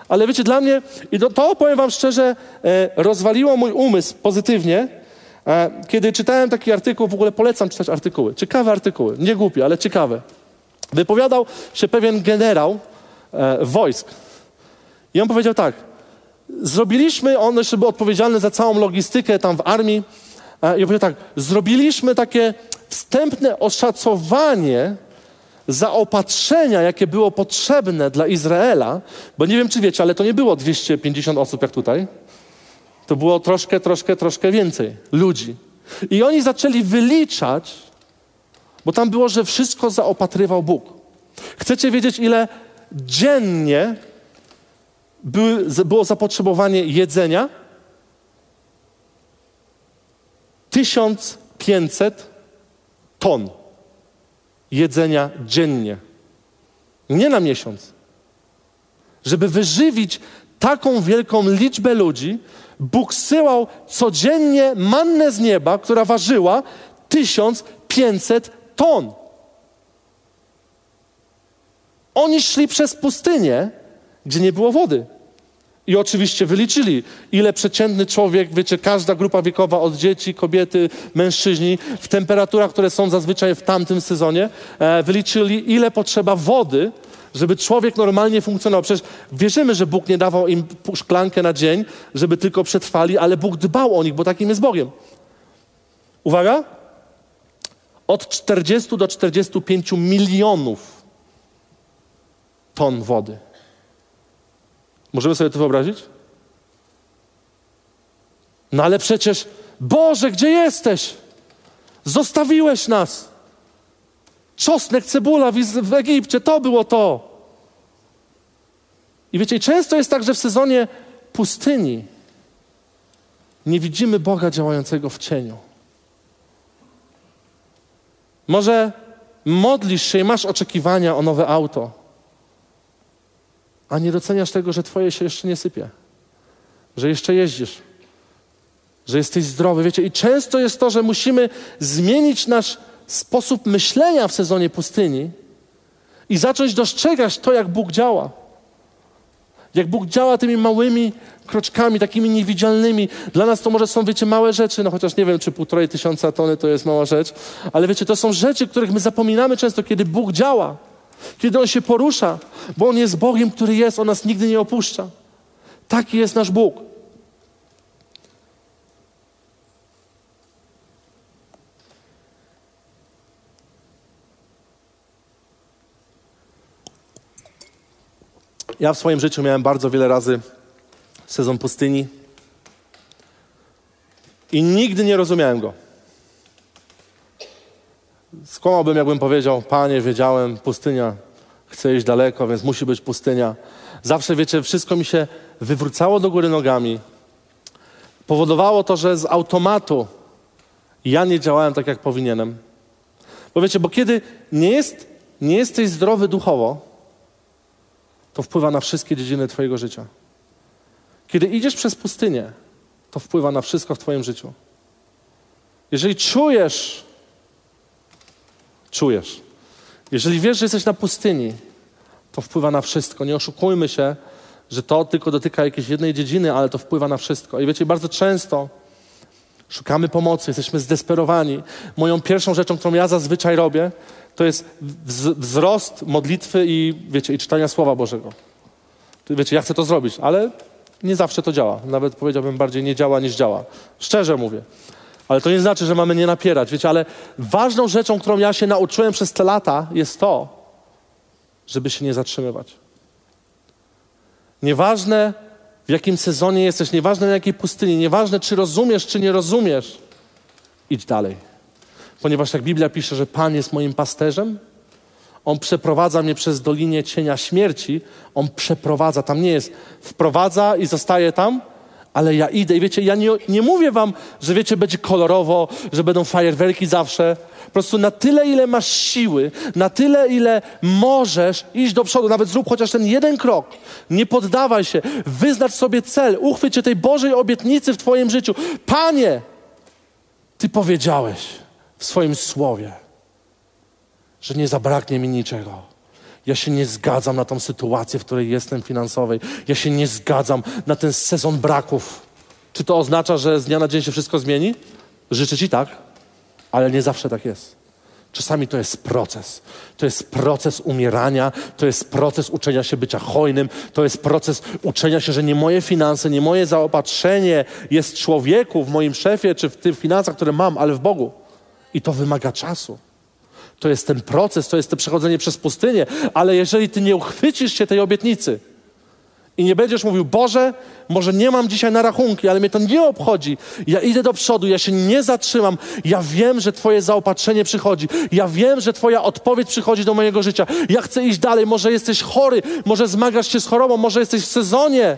Ale wiecie, dla mnie, i to powiem wam szczerze, rozwaliło mój umysł pozytywnie, kiedy czytałem taki artykuł, w ogóle polecam czytać artykuły, ciekawe artykuły, nie głupie, ale ciekawe. Wypowiadał się pewien generał wojsk i on powiedział tak, on jeszcze był odpowiedzialny za całą logistykę tam w armii i powiedział tak, zrobiliśmy takie wstępne oszacowanie zaopatrzenia, jakie było potrzebne dla Izraela, bo nie wiem, czy wiecie, ale to nie było 250 osób jak tutaj. To było troszkę więcej ludzi. I oni zaczęli wyliczać, bo tam było, że wszystko zaopatrywał Bóg. Chcecie wiedzieć, ile dziennie było zapotrzebowanie jedzenia? 1500 ton jedzenia dziennie. Nie na miesiąc. Żeby wyżywić taką wielką liczbę ludzi, Bóg zsyłał codziennie mannę z nieba, która ważyła 1500 ton. Oni szli przez pustynię, gdzie nie było wody. I oczywiście wyliczyli, ile przeciętny człowiek, wiecie, każda grupa wiekowa, od dzieci, kobiety, mężczyźni, w temperaturach, które są zazwyczaj w tamtym sezonie, wyliczyli, ile potrzeba wody, żeby człowiek normalnie funkcjonował. Przecież wierzymy, że Bóg nie dawał im szklankę na dzień, żeby tylko przetrwali, ale Bóg dbał o nich, bo takim jest Bogiem. Uwaga! Od 40 do 45 milionów ton wody. Możemy sobie to wyobrazić? No ale przecież, Boże, gdzie jesteś? Zostawiłeś nas. Czosnek, cebula w Egipcie, to było to. I wiecie, często jest tak, że w sezonie pustyni nie widzimy Boga działającego w cieniu. Może modlisz się i masz oczekiwania o nowe auto, a nie doceniasz tego, że twoje się jeszcze nie sypie, że jeszcze jeździsz, że jesteś zdrowy. Wiecie, i często jest to, że musimy zmienić nasz sposób myślenia w sezonie pustyni i zacząć dostrzegać to, jak Bóg działa. Jak Bóg działa tymi małymi kroczkami, takimi niewidzialnymi. Dla nas to może są, wiecie, małe rzeczy, no chociaż nie wiem, czy 1500 tony to jest mała rzecz, ale wiecie, to są rzeczy, których my zapominamy często, kiedy Bóg działa, kiedy On się porusza, bo On jest Bogiem, który jest, On nas nigdy nie opuszcza. Taki jest nasz Bóg. Ja w swoim życiu miałem bardzo wiele razy sezon pustyni i nigdy nie rozumiałem go. Skłamałbym, jakbym powiedział, Panie, wiedziałem, pustynia, chcę iść daleko, więc musi być pustynia. Zawsze, wiecie, wszystko mi się wywrócało do góry nogami. Powodowało to, że z automatu ja nie działałem tak, jak powinienem. Bo wiecie, bo kiedy nie jesteś zdrowy duchowo, to wpływa na wszystkie dziedziny twojego życia. Kiedy idziesz przez pustynię, to wpływa na wszystko w twoim życiu. Jeżeli czujesz. Jeżeli wiesz, że jesteś na pustyni, to wpływa na wszystko. Nie oszukujmy się, że to tylko dotyka jakiejś jednej dziedziny, ale to wpływa na wszystko. I wiecie, bardzo często szukamy pomocy, jesteśmy zdesperowani. Moją pierwszą rzeczą, którą ja zazwyczaj robię, to jest wzrost modlitwy i, wiecie, i czytania Słowa Bożego. Wiecie, ja chcę to zrobić, ale nie zawsze to działa. Nawet powiedziałbym bardziej nie działa niż działa. Szczerze mówię. Ale to nie znaczy, że mamy nie napierać, wiecie, ale ważną rzeczą, którą ja się nauczyłem przez te lata, jest to, żeby się nie zatrzymywać. Nieważne, w jakim sezonie jesteś, nieważne na jakiej pustyni, nieważne, czy rozumiesz, czy nie rozumiesz, idź dalej. Ponieważ jak Biblia pisze, że Pan jest moim pasterzem, On przeprowadza mnie przez dolinię cienia śmierci, On przeprowadza, tam nie jest, wprowadza i zostaje tam, ale ja idę i wiecie, ja nie mówię wam, że wiecie, będzie kolorowo, że będą fajerwerki zawsze. Po prostu na tyle, ile masz siły, na tyle, ile możesz iść do przodu, nawet zrób chociaż ten jeden krok. Nie poddawaj się, wyznacz sobie cel, uchwyć się tej Bożej obietnicy w twoim życiu. Panie, Ty powiedziałeś w swoim słowie, że nie zabraknie mi niczego. Ja się nie zgadzam na tą sytuację, w której jestem finansowej. Ja się nie zgadzam na ten sezon braków. Czy to oznacza, że z dnia na dzień się wszystko zmieni? Życzę ci tak, ale nie zawsze tak jest. Czasami to jest proces. To jest proces umierania, to jest proces uczenia się bycia hojnym, to jest proces uczenia się, że nie moje finanse, nie moje zaopatrzenie jest w człowieku, w moim szefie, czy w tych finansach, które mam, ale w Bogu. I to wymaga czasu. To jest ten proces, to jest to przechodzenie przez pustynię, ale jeżeli ty nie uchwycisz się tej obietnicy i nie będziesz mówił, Boże, może nie mam dzisiaj na rachunki, ale mnie to nie obchodzi. Ja idę do przodu, ja się nie zatrzymam. Ja wiem, że Twoje zaopatrzenie przychodzi. Ja wiem, że Twoja odpowiedź przychodzi do mojego życia. Ja chcę iść dalej. Może jesteś chory, może zmagasz się z chorobą, może jesteś w sezonie,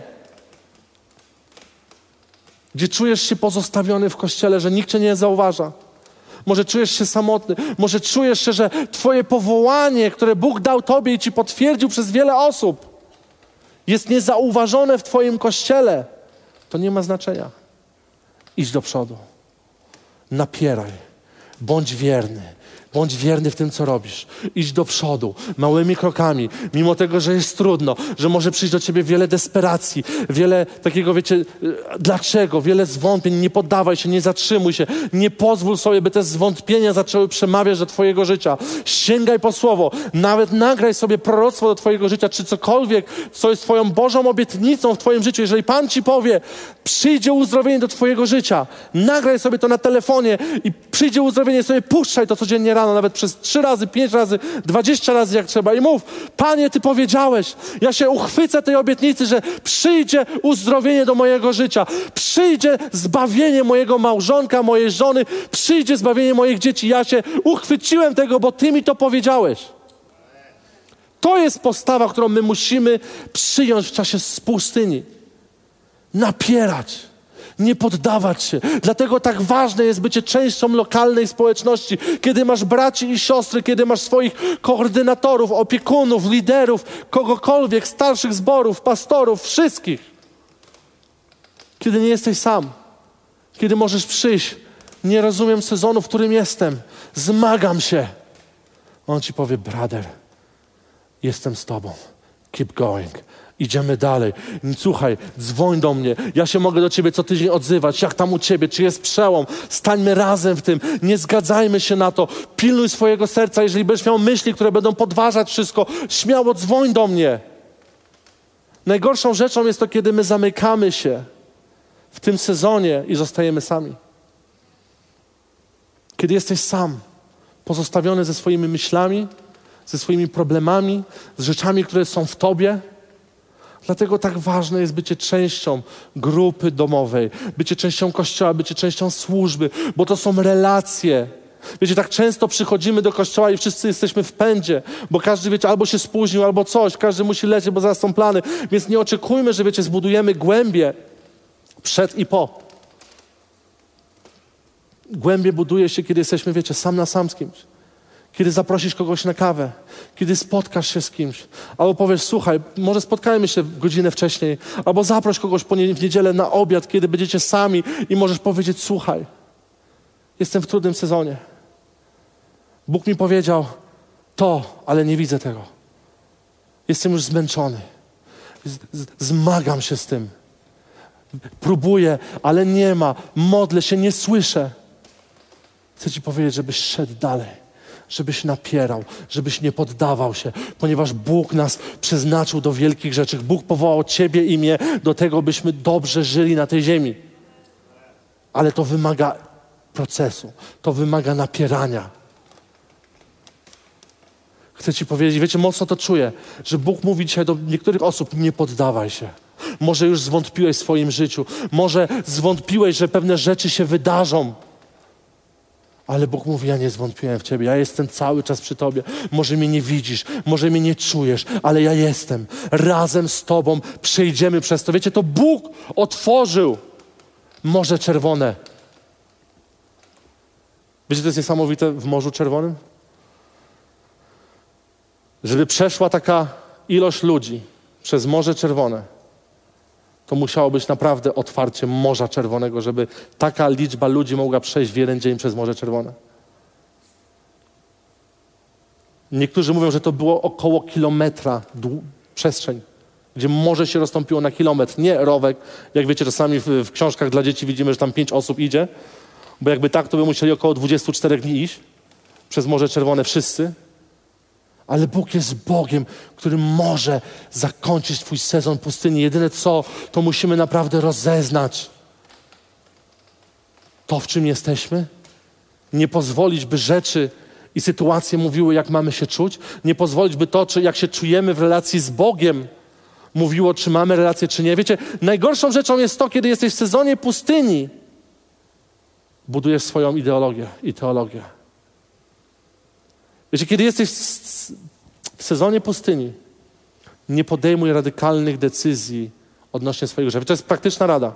gdzie czujesz się pozostawiony w kościele, że nikt Cię nie zauważa. Może czujesz się samotny. Może czujesz się, że Twoje powołanie, które Bóg dał Tobie i Ci potwierdził przez wiele osób, jest niezauważone w Twoim kościele. To nie ma znaczenia. Idź do przodu. Napieraj. Bądź wierny. Bądź wierny w tym, co robisz. Idź do przodu, małymi krokami, mimo tego, że jest trudno, że może przyjść do ciebie wiele desperacji, wiele takiego, wiecie, dlaczego, wiele zwątpień. Nie poddawaj się, nie zatrzymuj się, nie pozwól sobie, by te zwątpienia zaczęły przemawiać do twojego życia. Sięgaj po słowo, nawet nagraj sobie proroctwo do twojego życia, czy cokolwiek, co jest twoją Bożą obietnicą w twoim życiu. Jeżeli Pan ci powie, przyjdzie uzdrowienie do twojego życia, nagraj sobie to na telefonie i przyjdzie uzdrowienie, sobie puszczaj to codziennie rano, nawet przez 3 razy, 5 razy, 20 razy jak trzeba i mów, Panie, Ty powiedziałeś, ja się uchwycę tej obietnicy, że przyjdzie uzdrowienie do mojego życia, przyjdzie zbawienie mojego małżonka, mojej żony, przyjdzie zbawienie moich dzieci. Ja się uchwyciłem tego, bo Ty mi to powiedziałeś. To jest postawa, którą my musimy przyjąć w czasie pustyni. Napierać. Nie poddawać się. Dlatego tak ważne jest bycie częścią lokalnej społeczności. Kiedy masz braci i siostry, kiedy masz swoich koordynatorów, opiekunów, liderów, kogokolwiek, starszych zborów, pastorów, wszystkich. Kiedy nie jesteś sam. Kiedy możesz przyjść. Nie rozumiem sezonu, w którym jestem. Zmagam się. On ci powie, brother, jestem z tobą. Keep going. Idziemy dalej. Słuchaj, dzwoń do mnie. Ja się mogę do ciebie co tydzień odzywać. Jak tam u ciebie? Czy jest przełom? Stańmy razem w tym. Nie zgadzajmy się na to. Pilnuj swojego serca. Jeżeli będziesz miał myśli, które będą podważać wszystko, śmiało dzwoń do mnie. Najgorszą rzeczą jest to, kiedy my zamykamy się w tym sezonie i zostajemy sami. Kiedy jesteś sam, pozostawiony ze swoimi myślami, ze swoimi problemami, z rzeczami, które są w tobie. Dlatego tak ważne jest bycie częścią grupy domowej, bycie częścią kościoła, bycie częścią służby, bo to są relacje. Wiecie, tak często przychodzimy do kościoła i wszyscy jesteśmy w pędzie, bo każdy, wiecie, albo się spóźnił, albo coś, każdy musi lecieć, bo zaraz są plany. Więc nie oczekujmy, że, wiecie, zbudujemy głębie przed i po. Głębie buduje się, kiedy jesteśmy, wiecie, sam na sam z kimś. Kiedy zaprosisz kogoś na kawę, kiedy spotkasz się z kimś, albo powiesz, słuchaj, może spotkajmy się godzinę wcześniej, albo zaproś kogoś w niedzielę na obiad, kiedy będziecie sami i możesz powiedzieć, słuchaj, jestem w trudnym sezonie. Bóg mi powiedział to, ale nie widzę tego. Jestem już zmęczony. Zmagam się z tym. Próbuję, ale nie ma. Modlę się, nie słyszę. Chcę ci powiedzieć, żebyś szedł dalej. Żebyś napierał, żebyś nie poddawał się, ponieważ Bóg nas przeznaczył do wielkich rzeczy. Bóg powołał ciebie i mnie do tego, byśmy dobrze żyli na tej ziemi. Ale to wymaga procesu, to wymaga napierania. Chcę ci powiedzieć, wiecie, mocno to czuję, że Bóg mówi dzisiaj do niektórych osób, nie poddawaj się. Może już zwątpiłeś w swoim życiu, może zwątpiłeś, że pewne rzeczy się wydarzą. Ale Bóg mówi, ja nie zwątpiłem w ciebie, ja jestem cały czas przy tobie. Może mnie nie widzisz, może mnie nie czujesz, ale ja jestem. Razem z tobą przejdziemy przez to. Wiecie, to Bóg otworzył Morze Czerwone. Wiecie, to jest niesamowite w Morzu Czerwonym? Żeby przeszła taka ilość ludzi przez Morze Czerwone, to musiało być naprawdę otwarcie Morza Czerwonego, żeby taka liczba ludzi mogła przejść w jeden dzień przez Morze Czerwone. Niektórzy mówią, że to było około kilometra przestrzeń, gdzie morze się rozstąpiło na kilometr, nie rowek. Jak wiecie, czasami w książkach dla dzieci widzimy, że tam 5 osób idzie, bo jakby tak, to by musieli około 24 dni iść przez Morze Czerwone wszyscy. Ale Bóg jest Bogiem, który może zakończyć twój sezon pustyni. Jedyne co, to musimy naprawdę rozeznać to, w czym jesteśmy. Nie pozwolić, by rzeczy i sytuacje mówiły, jak mamy się czuć. Nie pozwolić, by to, jak się czujemy w relacji z Bogiem, mówiło, czy mamy relację, czy nie. Wiecie, najgorszą rzeczą jest to, kiedy jesteś w sezonie pustyni, budujesz swoją ideologię i teologię. Wiecie, kiedy jesteś w sezonie pustyni, nie podejmuj radykalnych decyzji odnośnie swojego życia. To jest praktyczna rada.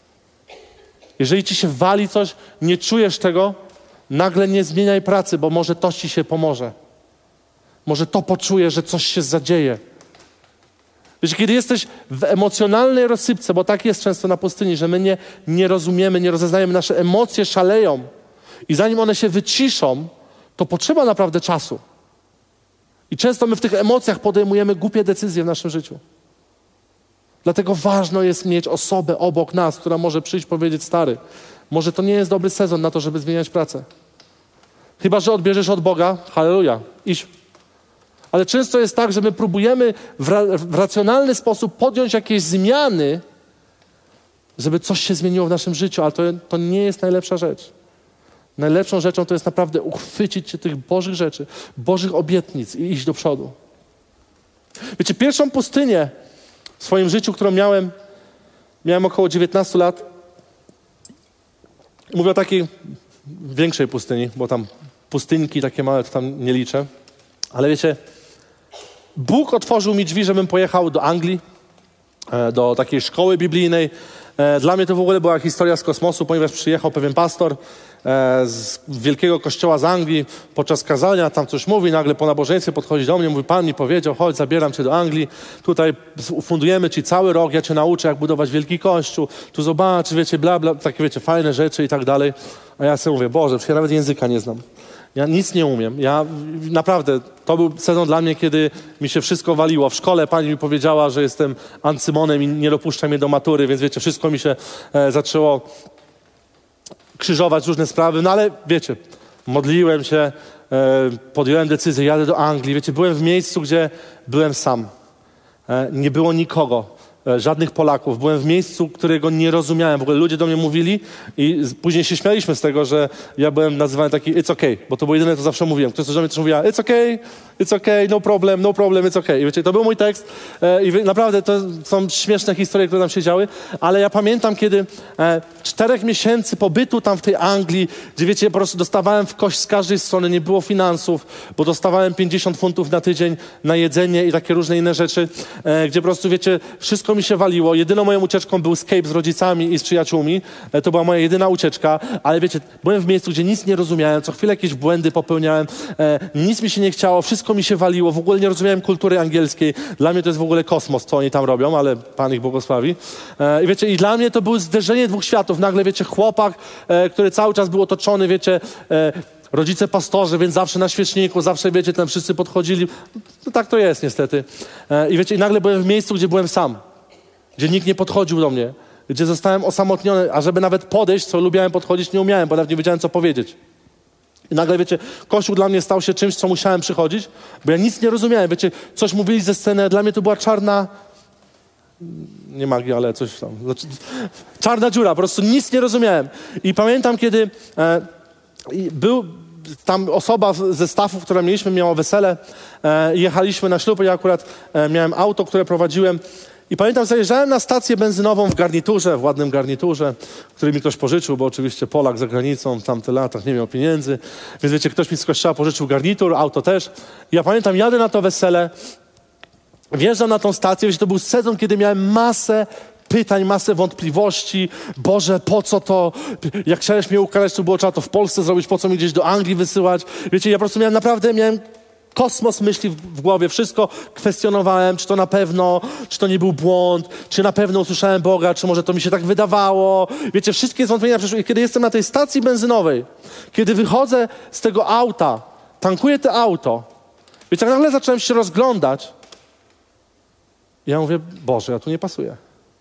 Jeżeli ci się wali coś, nie czujesz tego, nagle nie zmieniaj pracy, bo może to ci się pomoże. Może to poczujesz, że coś się zadzieje. Wiecie, kiedy jesteś w emocjonalnej rozsypce, bo tak jest często na pustyni, że my nie rozumiemy, nie rozeznajemy, nasze emocje szaleją i zanim one się wyciszą, to potrzeba naprawdę czasu. I często my w tych emocjach podejmujemy głupie decyzje w naszym życiu. Dlatego ważne jest mieć osobę obok nas, która może przyjść i powiedzieć: stary, może to nie jest dobry sezon na to, żeby zmieniać pracę. Chyba że odbierzesz od Boga, halleluja, idź. Ale często jest tak, że my próbujemy w racjonalny sposób podjąć jakieś zmiany, żeby coś się zmieniło w naszym życiu, ale to nie jest najlepsza rzecz. Najlepszą rzeczą to jest naprawdę uchwycić się tych Bożych rzeczy, Bożych obietnic i iść do przodu. Wiecie, pierwszą pustynię w swoim życiu, którą miałem około 19 lat. Mówię o takiej większej pustyni, bo tam pustynki takie małe to tam nie liczę. Ale wiecie, Bóg otworzył mi drzwi, żebym pojechał do Anglii, do takiej szkoły biblijnej. Dla mnie to w ogóle była historia z kosmosu, ponieważ przyjechał pewien pastor z wielkiego kościoła z Anglii podczas kazania, tam coś mówi, nagle po nabożeństwie podchodzi do mnie, mówi: Pan mi powiedział, chodź, zabieram cię do Anglii, tutaj ufundujemy ci cały rok, ja cię nauczę, jak budować wielki kościół, tu zobacz, wiecie, bla, bla, takie wiecie, fajne rzeczy i tak dalej. A ja sobie mówię: Boże, przecież ja nawet języka nie znam. Ja nic nie umiem. Ja naprawdę, to był sezon dla mnie, kiedy mi się wszystko waliło. W szkole pani mi powiedziała, że jestem ancymonem i nie dopuszcza mnie do matury, więc wiecie, wszystko mi się zaczęło krzyżować, różne sprawy. No ale wiecie, modliłem się, podjąłem decyzję, jadę do Anglii. Wiecie, byłem w miejscu, gdzie byłem sam. Nie było nikogo. Żadnych Polaków. Byłem w miejscu, którego nie rozumiałem. W ogóle ludzie do mnie mówili i później się śmialiśmy z tego, że ja byłem nazywany taki it's okay, bo to było jedyne, co zawsze mówiłem. Ktoś do mnie też mówiła it's okay, no problem, it's okay. I wiecie, to był mój tekst i naprawdę to są śmieszne historie, które nam się działy, ale ja pamiętam, kiedy 4 miesięcy pobytu tam w tej Anglii, gdzie wiecie, po prostu dostawałem w kość z każdej strony, nie było finansów, bo dostawałem 50 funtów na tydzień na jedzenie i takie różne inne rzeczy, gdzie po prostu wiecie, wszystko mi się waliło. Jedyną moją ucieczką był escape z rodzicami i z przyjaciółmi. To była moja jedyna ucieczka, ale wiecie, byłem w miejscu, gdzie nic nie rozumiałem, co chwilę jakieś błędy popełniałem, nic mi się nie chciało, wszystko mi się waliło, w ogóle nie rozumiałem kultury angielskiej. Dla mnie to jest w ogóle kosmos, co oni tam robią, ale Pan ich błogosławi. I wiecie, i dla mnie to było zderzenie dwóch światów. Nagle, wiecie, chłopak, który cały czas był otoczony, wiecie, rodzice pastorzy, więc zawsze na świeczniku, zawsze, wiecie, tam wszyscy podchodzili. No tak to jest niestety. I wiecie, i nagle byłem w miejscu, gdzie byłem sam. Gdzie nikt nie podchodził do mnie, gdzie zostałem osamotniony, a żeby nawet podejść, co lubiałem podchodzić, nie umiałem, bo nawet nie wiedziałem, co powiedzieć. I nagle, wiecie, Kościół dla mnie stał się czymś, co musiałem przychodzić, bo ja nic nie rozumiałem. Wiecie, coś mówili ze sceny, dla mnie to była czarna, nie magia, ale coś tam, znaczy, czarna dziura, po prostu nic nie rozumiałem. I pamiętam, kiedy był tam osoba ze staffu, która miała wesele, jechaliśmy na ślub, ja akurat miałem auto, które prowadziłem. I pamiętam, zajeżdżałem na stację benzynową w ładnym garniturze, który mi ktoś pożyczył, bo oczywiście Polak za granicą w tamtych latach nie miał pieniędzy. Więc wiecie, ktoś mi z kościoła pożyczył garnitur, auto też. I ja pamiętam, jadę na to wesele, wjeżdżam na tą stację, wiecie, to był sezon, kiedy miałem masę pytań, masę wątpliwości. Boże, po co to? Jak chciałeś mnie ukarać, to było trzeba to w Polsce zrobić, po co mi gdzieś do Anglii wysyłać? Wiecie, ja po prostu miałem kosmos myśli w głowie, wszystko kwestionowałem, czy to na pewno, czy to nie był błąd, czy na pewno usłyszałem Boga, czy może to mi się tak wydawało. Wiecie, wszystkie zwątpienia przeszły. I kiedy jestem na tej stacji benzynowej, kiedy wychodzę z tego auta, tankuję to auto Wiecie, nagle zacząłem się rozglądać i ja mówię, Boże, ja tu nie pasuję.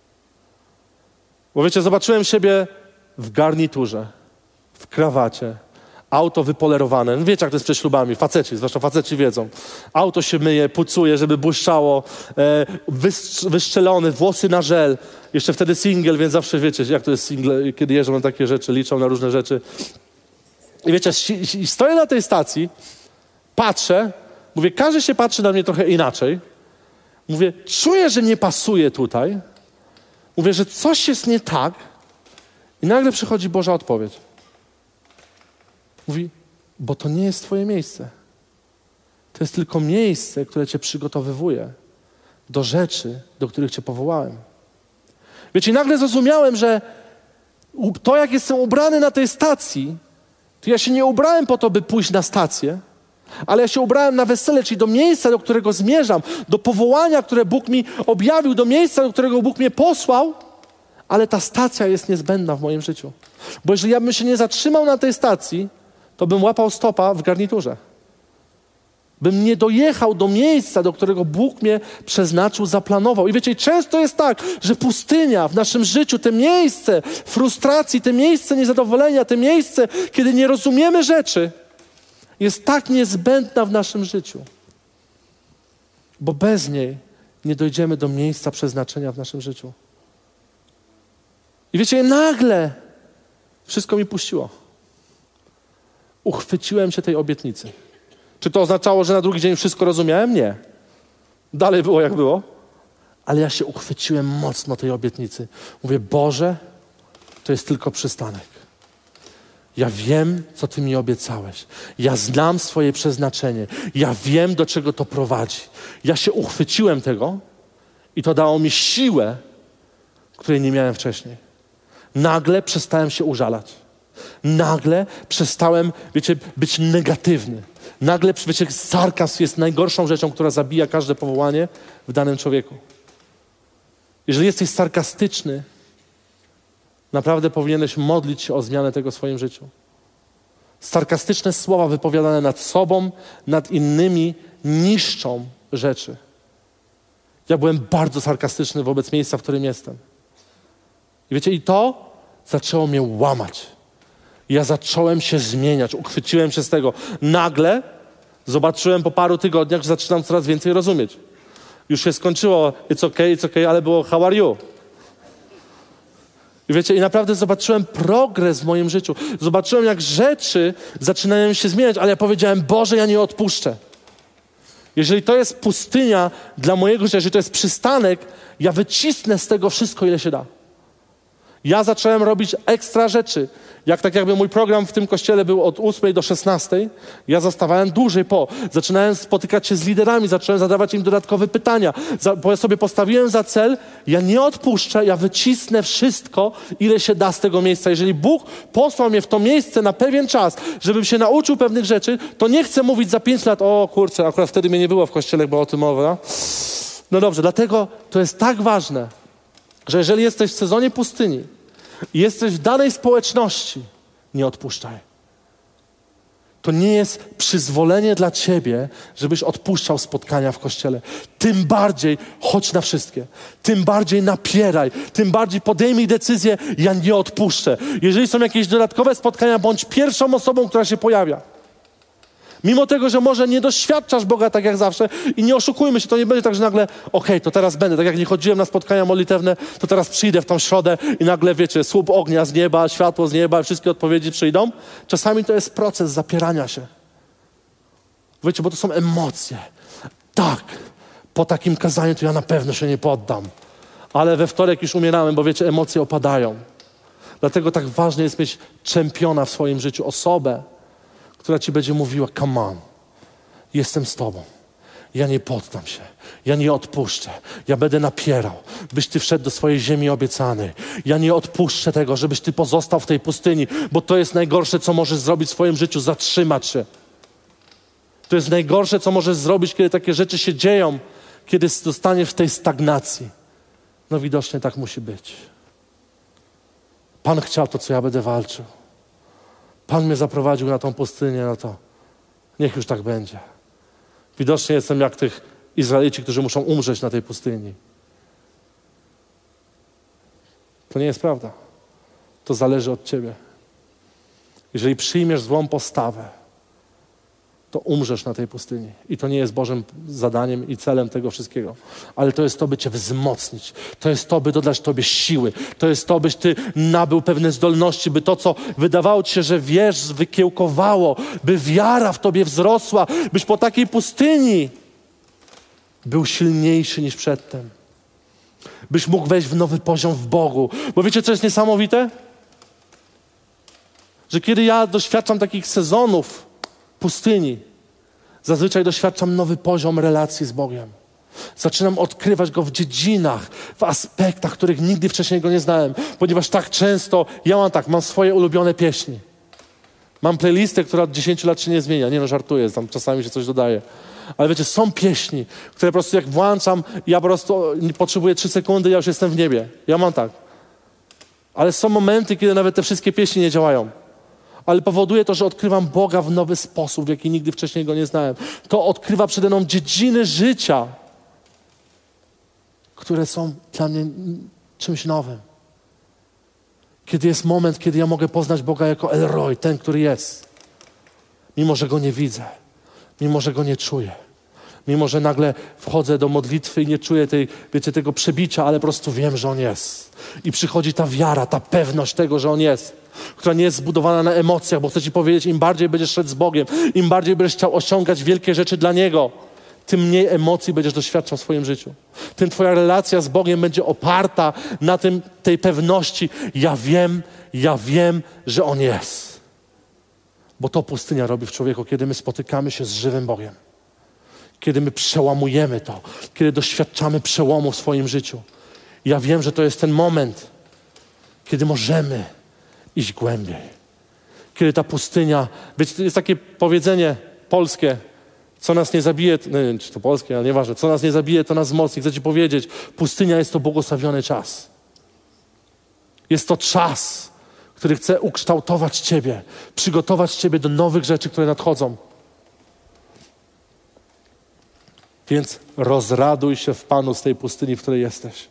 Bo wiecie, zobaczyłem siebie w garniturze, w krawacie, auto wypolerowane. No wiecie, jak to jest przed ślubami, faceci, zwłaszcza faceci wiedzą. Auto się myje, pucuje, żeby błyszczało, wyszczelony, włosy na żel. Jeszcze wtedy single, więc zawsze wiecie, jak to jest single, kiedy jeżdżą na takie rzeczy, liczą na różne rzeczy. I wiecie, stoję na tej stacji, patrzę, mówię, każdy się patrzy na mnie trochę inaczej. Mówię, czuję, że nie pasuje tutaj. Mówię, że coś jest nie tak. I nagle przychodzi Boża odpowiedź. Mówi, bo to nie jest twoje miejsce. To jest tylko miejsce, które cię przygotowywuje do rzeczy, do których cię powołałem. Wiecie, nagle zrozumiałem, że to, jak jestem ubrany na tej stacji, to ja się nie ubrałem po to, by pójść na stację, ale ja się ubrałem na wesele, czyli do miejsca, do którego zmierzam, do powołania, które Bóg mi objawił, do miejsca, do którego Bóg mnie posłał, ale ta stacja jest niezbędna w moim życiu. Bo jeżeli ja bym się nie zatrzymał na tej stacji, to bym łapał stopa w garniturze. Bym nie dojechał do miejsca, do którego Bóg mnie przeznaczył, zaplanował. I wiecie, często jest tak, że pustynia w naszym życiu, te miejsce frustracji, te miejsce niezadowolenia, te miejsce, kiedy nie rozumiemy rzeczy, jest tak niezbędna w naszym życiu. Bo bez niej nie dojdziemy do miejsca przeznaczenia w naszym życiu. I wiecie, nagle wszystko mi puściło. Uchwyciłem się tej obietnicy. Czy to oznaczało, że na drugi dzień wszystko rozumiałem? Nie. Dalej było jak było. Ale ja się uchwyciłem mocno tej obietnicy. Mówię, Boże, to jest tylko przystanek. Ja wiem, co Ty mi obiecałeś. Ja znam swoje przeznaczenie. Ja wiem, do czego to prowadzi. Ja się uchwyciłem tego i to dało mi siłę, której nie miałem wcześniej. Nagle przestałem się użalać. Nagle przestałem, wiecie, być negatywny. Nagle, wiecie, sarkazm jest najgorszą rzeczą, która zabija każde powołanie w danym człowieku. Jeżeli jesteś sarkastyczny, naprawdę powinieneś modlić się o zmianę tego w swoim życiu. Sarkastyczne słowa wypowiadane nad sobą, nad innymi niszczą rzeczy. Ja byłem bardzo sarkastyczny wobec miejsca, w którym jestem. I wiecie, i to zaczęło mnie łamać. Ja zacząłem się zmieniać, uchwyciłem się z tego. Nagle zobaczyłem po paru tygodniach, że zaczynam coraz więcej rozumieć. Już się skończyło, it's okay, ale było how are you? I wiecie, i naprawdę zobaczyłem progres w moim życiu. Zobaczyłem, jak rzeczy zaczynają się zmieniać, ale ja powiedziałem, Boże, ja nie odpuszczę. Jeżeli to jest pustynia dla mojego życia, jeżeli to jest przystanek, ja wycisnę z tego wszystko, ile się da. Ja zacząłem robić ekstra rzeczy. Tak jakby mój program w tym kościele był od 8 do 16, ja zostawałem dłużej po. Zaczynałem spotykać się z liderami, zacząłem zadawać im dodatkowe pytania. Bo ja sobie postawiłem za cel, ja nie odpuszczę, ja wycisnę wszystko, ile się da z tego miejsca. Jeżeli Bóg posłał mnie w to miejsce na pewien czas, żebym się nauczył pewnych rzeczy, to nie chcę mówić za 5 lat, o kurczę, akurat wtedy mnie nie było w kościele, bo o tym mowa. No dobrze, dlatego to jest tak ważne, że jeżeli jesteś w sezonie pustyni i jesteś w danej społeczności, nie odpuszczaj. To nie jest przyzwolenie dla ciebie, żebyś odpuszczał spotkania w kościele. Tym bardziej chodź na wszystkie. Tym bardziej napieraj. Tym bardziej podejmij decyzję, ja nie odpuszczę. Jeżeli są jakieś dodatkowe spotkania, bądź pierwszą osobą, która się pojawia. Mimo tego, że może nie doświadczasz Boga tak jak zawsze i nie oszukujmy się, to nie będzie tak, że nagle to teraz będę. Tak jak nie chodziłem na spotkania modlitewne, to teraz przyjdę w tą środę i nagle, wiecie, słup ognia z nieba, światło z nieba, wszystkie odpowiedzi przyjdą. Czasami to jest proces zapierania się. Wiecie, bo to są emocje. Tak, po takim kazaniu to ja na pewno się nie poddam. Ale we wtorek już umierałem, bo wiecie, emocje opadają. Dlatego tak ważne jest mieć czempiona w swoim życiu, osobę, która ci będzie mówiła, come on, jestem z tobą. Ja nie poddam się. Ja nie odpuszczę. Ja będę napierał, byś ty wszedł do swojej ziemi obiecanej. Ja nie odpuszczę tego, żebyś ty pozostał w tej pustyni, bo to jest najgorsze, co możesz zrobić w swoim życiu, zatrzymać się. To jest najgorsze, co możesz zrobić, kiedy takie rzeczy się dzieją, kiedy zostaniesz w tej stagnacji. No widocznie tak musi być. Pan chciał to, co ja będę walczył. Pan mnie zaprowadził na tą pustynię, no to niech już tak będzie. Widocznie jestem jak tych Izraelici, którzy muszą umrzeć na tej pustyni. To nie jest prawda. To zależy od ciebie. Jeżeli przyjmiesz złą postawę, to umrzesz na tej pustyni. I to nie jest Bożym zadaniem i celem tego wszystkiego. Ale to jest to, by cię wzmocnić. To jest to, by dodać tobie siły. To jest to, byś ty nabył pewne zdolności, by to, co wydawało ci się, że wiesz, wykiełkowało, by wiara w tobie wzrosła, byś po takiej pustyni był silniejszy niż przedtem. Byś mógł wejść w nowy poziom w Bogu. Bo wiecie, co jest niesamowite? Że kiedy ja doświadczam takich sezonów pustyni, zazwyczaj doświadczam nowy poziom relacji z Bogiem. Zaczynam odkrywać Go w dziedzinach, w aspektach, których nigdy wcześniej Go nie znałem. Ponieważ tak często, mam swoje ulubione pieśni. Mam playlistę, która od 10 lat się nie zmienia. Nie no, żartuję, tam czasami się coś dodaje. Ale wiecie, są pieśni, które po prostu jak włączam, ja po prostu potrzebuję 3 sekundy, ja już jestem w niebie. Ja mam tak. Ale są momenty, kiedy nawet te wszystkie pieśni nie działają. Ale powoduje to, że odkrywam Boga w nowy sposób, w jaki nigdy wcześniej Go nie znałem. To odkrywa przede mną dziedziny życia, które są dla mnie czymś nowym. Kiedy jest moment, kiedy ja mogę poznać Boga jako El Roi, ten, który jest. Mimo, że Go nie widzę. Mimo, że Go nie czuję. Mimo, że nagle wchodzę do modlitwy i nie czuję tego przebicia, ale po prostu wiem, że On jest. I przychodzi ta wiara, ta pewność tego, że On jest, która nie jest zbudowana na emocjach, bo chcę ci powiedzieć, im bardziej będziesz szedł z Bogiem, im bardziej będziesz chciał osiągać wielkie rzeczy dla Niego, tym mniej emocji będziesz doświadczał w swoim życiu. Tym twoja relacja z Bogiem będzie oparta na tej pewności. Ja wiem, że On jest. Bo to pustynia robi w człowieku, kiedy my spotykamy się z żywym Bogiem. Kiedy my przełamujemy to, kiedy doświadczamy przełomu w swoim życiu. Ja wiem, że to jest ten moment, kiedy możemy iść głębiej. Kiedy ta pustynia, wiecie, to jest takie powiedzenie polskie, co nas nie zabije, nie wiem, czy to polskie, ale nieważne, co nas nie zabije, to nas wzmocni. Chcę ci powiedzieć, pustynia jest to błogosławiony czas. Jest to czas, który chce ukształtować ciebie, przygotować ciebie do nowych rzeczy, które nadchodzą. Więc rozraduj się w Panu z tej pustyni, w której jesteś.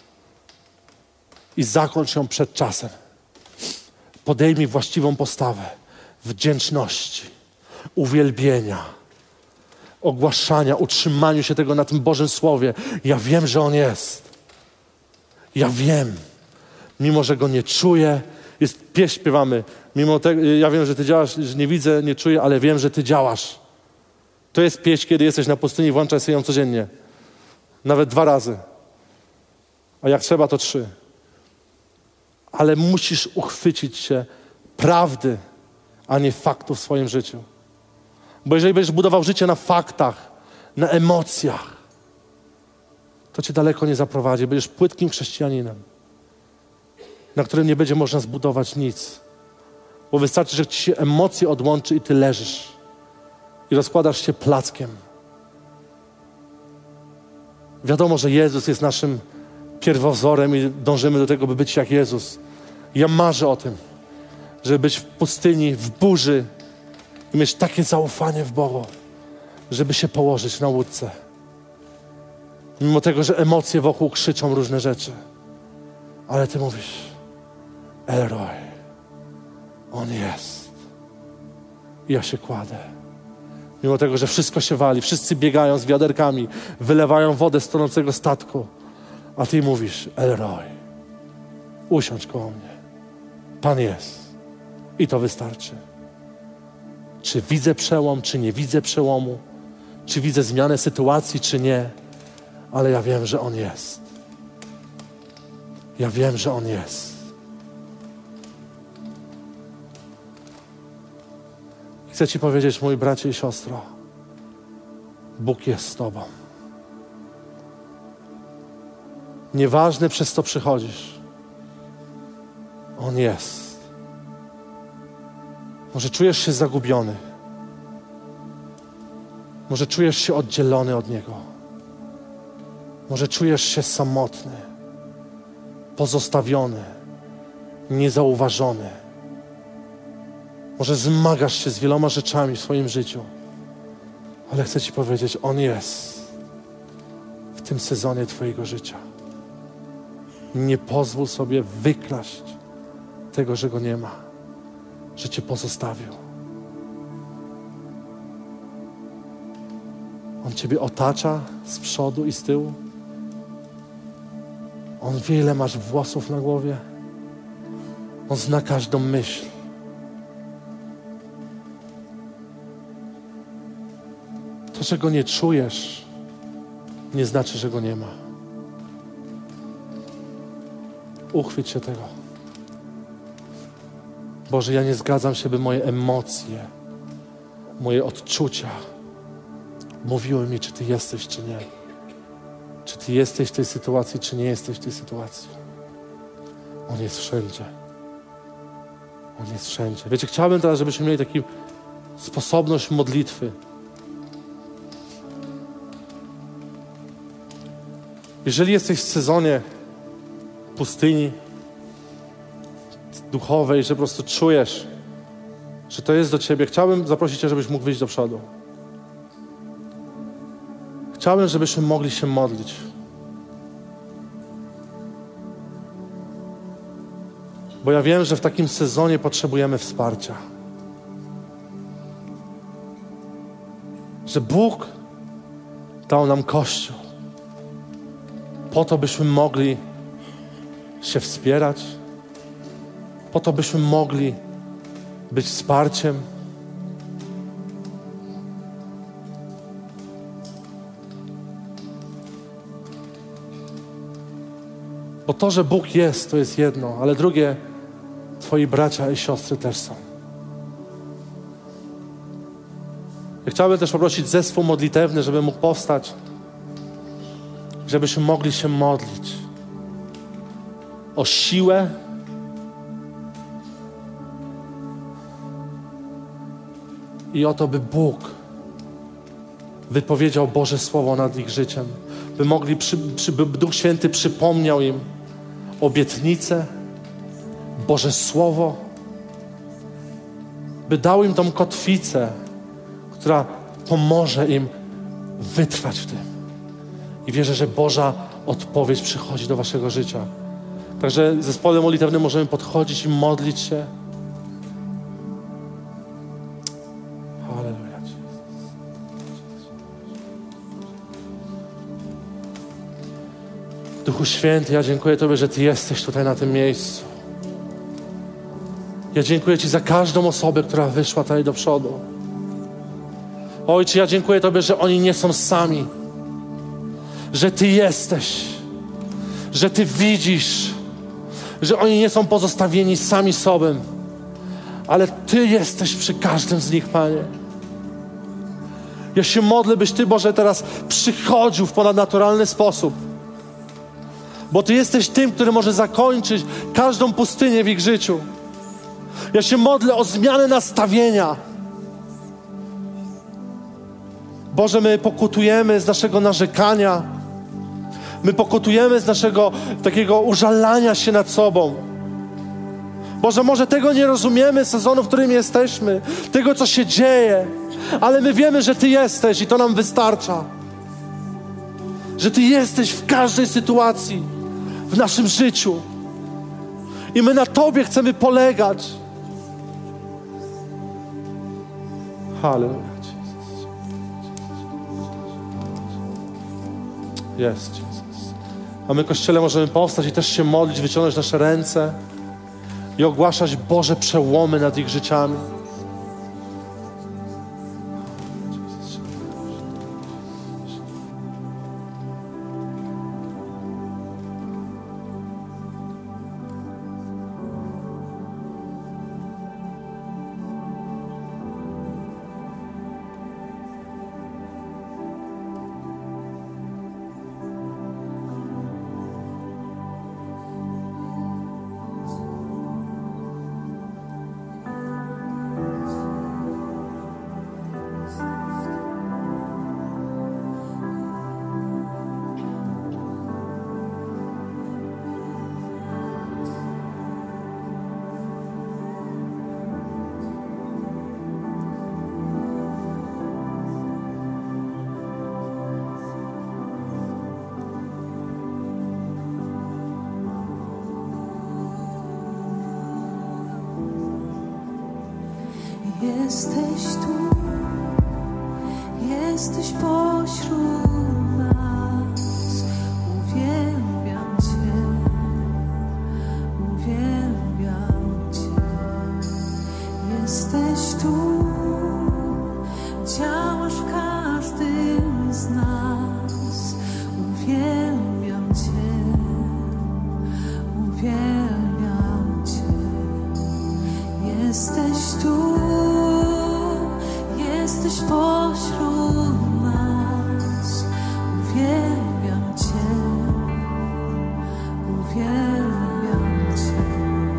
I zakończ ją przed czasem. Podejmij właściwą postawę wdzięczności, uwielbienia, ogłaszania, utrzymaniu się tego na tym Bożym Słowie. Ja wiem, że On jest. Ja wiem. Mimo, że Go nie czuję, pieśń śpiewamy. Mimo tego, ja wiem, że Ty działasz, że nie widzę, nie czuję, ale wiem, że Ty działasz. To jest pieśń, kiedy jesteś na pustyni, włączaj sobie ją codziennie. Nawet 2 razy. A jak trzeba, to 3. Ale musisz uchwycić się prawdy, a nie faktów w swoim życiu. Bo jeżeli będziesz budował życie na faktach, na emocjach, to cię daleko nie zaprowadzi. Będziesz płytkim chrześcijaninem, na którym nie będzie można zbudować nic. Bo wystarczy, że ci się emocje odłączy i ty leżysz. I rozkładasz się plackiem. Wiadomo, że Jezus jest naszym pierwowzorem i dążymy do tego, by być jak Jezus. Ja marzę o tym, żeby być w pustyni, w burzy i mieć takie zaufanie w Bogu, żeby się położyć na łódce. Mimo tego, że emocje wokół krzyczą różne rzeczy. Ale ty mówisz, El Roi, On jest. I ja się kładę. Mimo tego, że wszystko się wali, wszyscy biegają z wiaderkami, wylewają wodę z tonącego statku, a ty mówisz, El Roi, usiądź koło mnie. Pan jest. I to wystarczy. Czy widzę przełom, czy nie widzę przełomu, czy widzę zmianę sytuacji, czy nie, ale ja wiem, że On jest. Ja wiem, że On jest. Chcę ci powiedzieć, mój bracie i siostro, Bóg jest z tobą. Nieważne, przez co przychodzisz, On jest. Może czujesz się zagubiony. Może czujesz się oddzielony od Niego. Może czujesz się samotny, pozostawiony, niezauważony. Może zmagasz się z wieloma rzeczami w swoim życiu. Ale chcę Ci powiedzieć, On jest w tym sezonie Twojego życia. Nie pozwól sobie wykraść tego, że Go nie ma, że Cię pozostawił. On Ciebie otacza z przodu i z tyłu. On wie, ile masz włosów na głowie. On zna każdą myśl. To, że Go nie czujesz, nie znaczy, że Go nie ma. Uchwyć się tego. Boże, ja nie zgadzam się, by moje emocje, moje odczucia mówiły mi, czy Ty jesteś, czy nie. Czy Ty jesteś w tej sytuacji, czy nie jesteś w tej sytuacji. On jest wszędzie. On jest wszędzie. Wiecie, chciałbym teraz, żebyśmy mieli taką sposobność modlitwy. Jeżeli jesteś w sezonie pustyni duchowej, że po prostu czujesz, że to jest do Ciebie, chciałbym zaprosić Cię, żebyś mógł wyjść do przodu. Chciałbym, żebyśmy mogli się modlić. Bo ja wiem, że w takim sezonie potrzebujemy wsparcia. Że Bóg dał nam Kościół po to, byśmy mogli się wspierać, po to, byśmy mogli być wsparciem. Bo to, że Bóg jest, to jest jedno, ale drugie, Twoi bracia i siostry też są. Ja chciałbym też poprosić zespół modlitewny, żeby mógł powstać, żebyśmy mogli się modlić o siłę i o to, by Bóg wypowiedział Boże Słowo nad ich życiem, by mogli, by Duch Święty przypomniał im obietnice, Boże Słowo, by dał im tą kotwicę, która pomoże im wytrwać w tym. I wierzę, że Boża odpowiedź przychodzi do waszego życia. Także zespołem modlitewnym możemy podchodzić i modlić się. Halleluja. Duchu Święty, ja dziękuję Tobie, że Ty jesteś tutaj na tym miejscu. Ja dziękuję Ci za każdą osobę, która wyszła tutaj do przodu. Ojcze, ja dziękuję Tobie, że oni nie są sami. Że Ty jesteś. Że Ty widzisz. Że oni nie są pozostawieni sami sobą. Ale Ty jesteś przy każdym z nich, Panie. Ja się modlę, byś Ty, Boże, teraz przychodził w ponadnaturalny sposób. Bo Ty jesteś tym, który może zakończyć każdą pustynię w ich życiu. Ja się modlę o zmianę nastawienia. Boże, my pokutujemy z naszego narzekania. My pokutujemy z naszego takiego użalania się nad sobą. Boże, może tego nie rozumiemy, sezonu, w którym jesteśmy, tego, co się dzieje, ale my wiemy, że Ty jesteś i to nam wystarcza. Że Ty jesteś w każdej sytuacji w naszym życiu. I my na Tobie chcemy polegać. Halleluja. Jest, Jezus. A my, Kościele, możemy powstać i też się modlić, wyciągnąć nasze ręce i ogłaszać Boże przełomy nad ich życiami. Jesteś tu, jesteś pośród nas. Uwielbiam Cię, uwielbiam Cię. Jesteś tu, działasz w każdym z nas. Uwielbiam Cię, uwielbiam Cię. Jesteś tu, jesteś pośród nas. Uwielbiam Cię, uwielbiam Cię.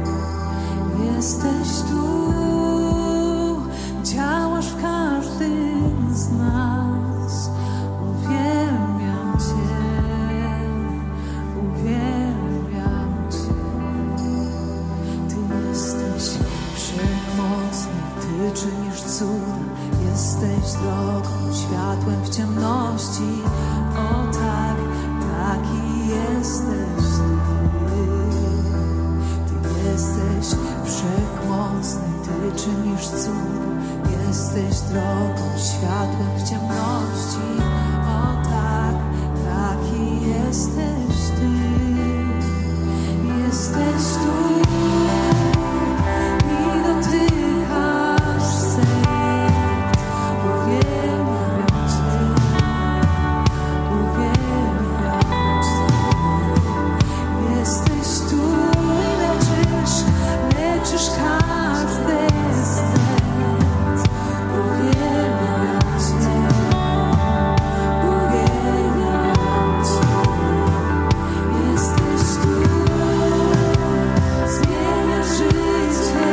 Jesteś tu, działasz w każdym z nas. Uwielbiam Cię, uwielbiam Cię. Ty jesteś wszechmocny, Ty czynisz cuda. Jesteś drogą, światłem w ciemności. O tak, taki jesteś Ty. Ty jesteś wszechmocny, Ty czynisz cuda. Jesteś drogą, światłem w ciemności. O tak, taki jesteś Ty. Jesteś tu i dotykasz serc. Uwielbiam Cię, uwielbiam Cię. Jesteś tu i leczysz każde serce. Uwielbiam Cię, uwielbiam Cię. Jesteś tu, zmieniasz życie.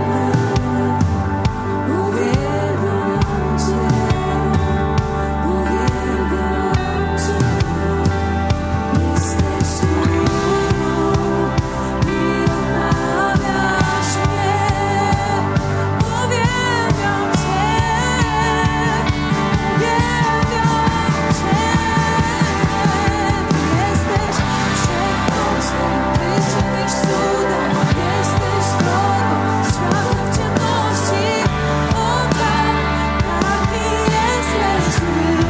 Uwielbiam Cię, uwielbiam Cię. Jesteś tu i odnawiasz mnie. Uwielbiam Cię, uwielbiam Cię. Jesteś wszechmocny, Ty czynisz cuda. Jesteś drogą, światłem w ciemności. O tak, taki jesteś Ty.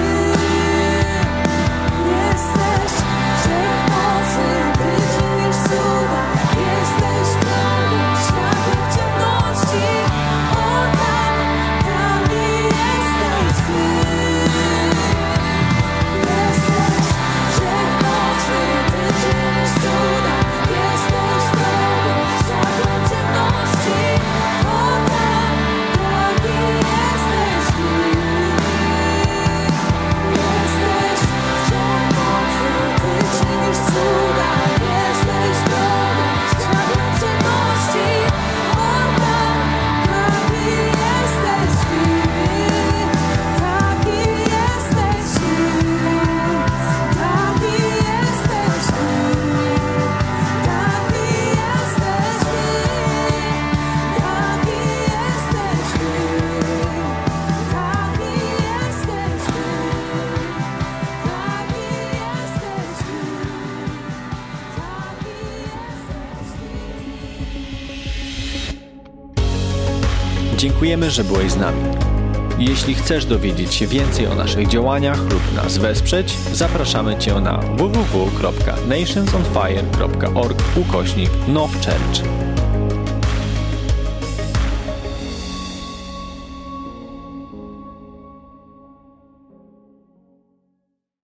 Jesteś wszechmocny, Ty czynisz cuda. Jesteś drogą, światłem w ciemności. O tak, taki jesteś Ty. Jesteś wszechmocny, Ty czynisz cuda. Jesteś drogą, światłem w ciemności. O tak, taki jesteś Ty. Jesteś wszechmocny, Ty czynisz cuda. Jesteś drogą, światłem w ciemności. O tak, taki jesteś Ty. Taki jesteś Ty. Taki jesteś Ty. Taki jesteś Ty. Taki jesteś Ty. Taki jesteś Ty. Taki jesteś Ty. Dziękujemy, że byłeś z nami. Jeśli chcesz dowiedzieć się więcej o naszych działaniach lub nas wesprzeć, zapraszamy Cię na www.nationsonfire.org/nowchurch.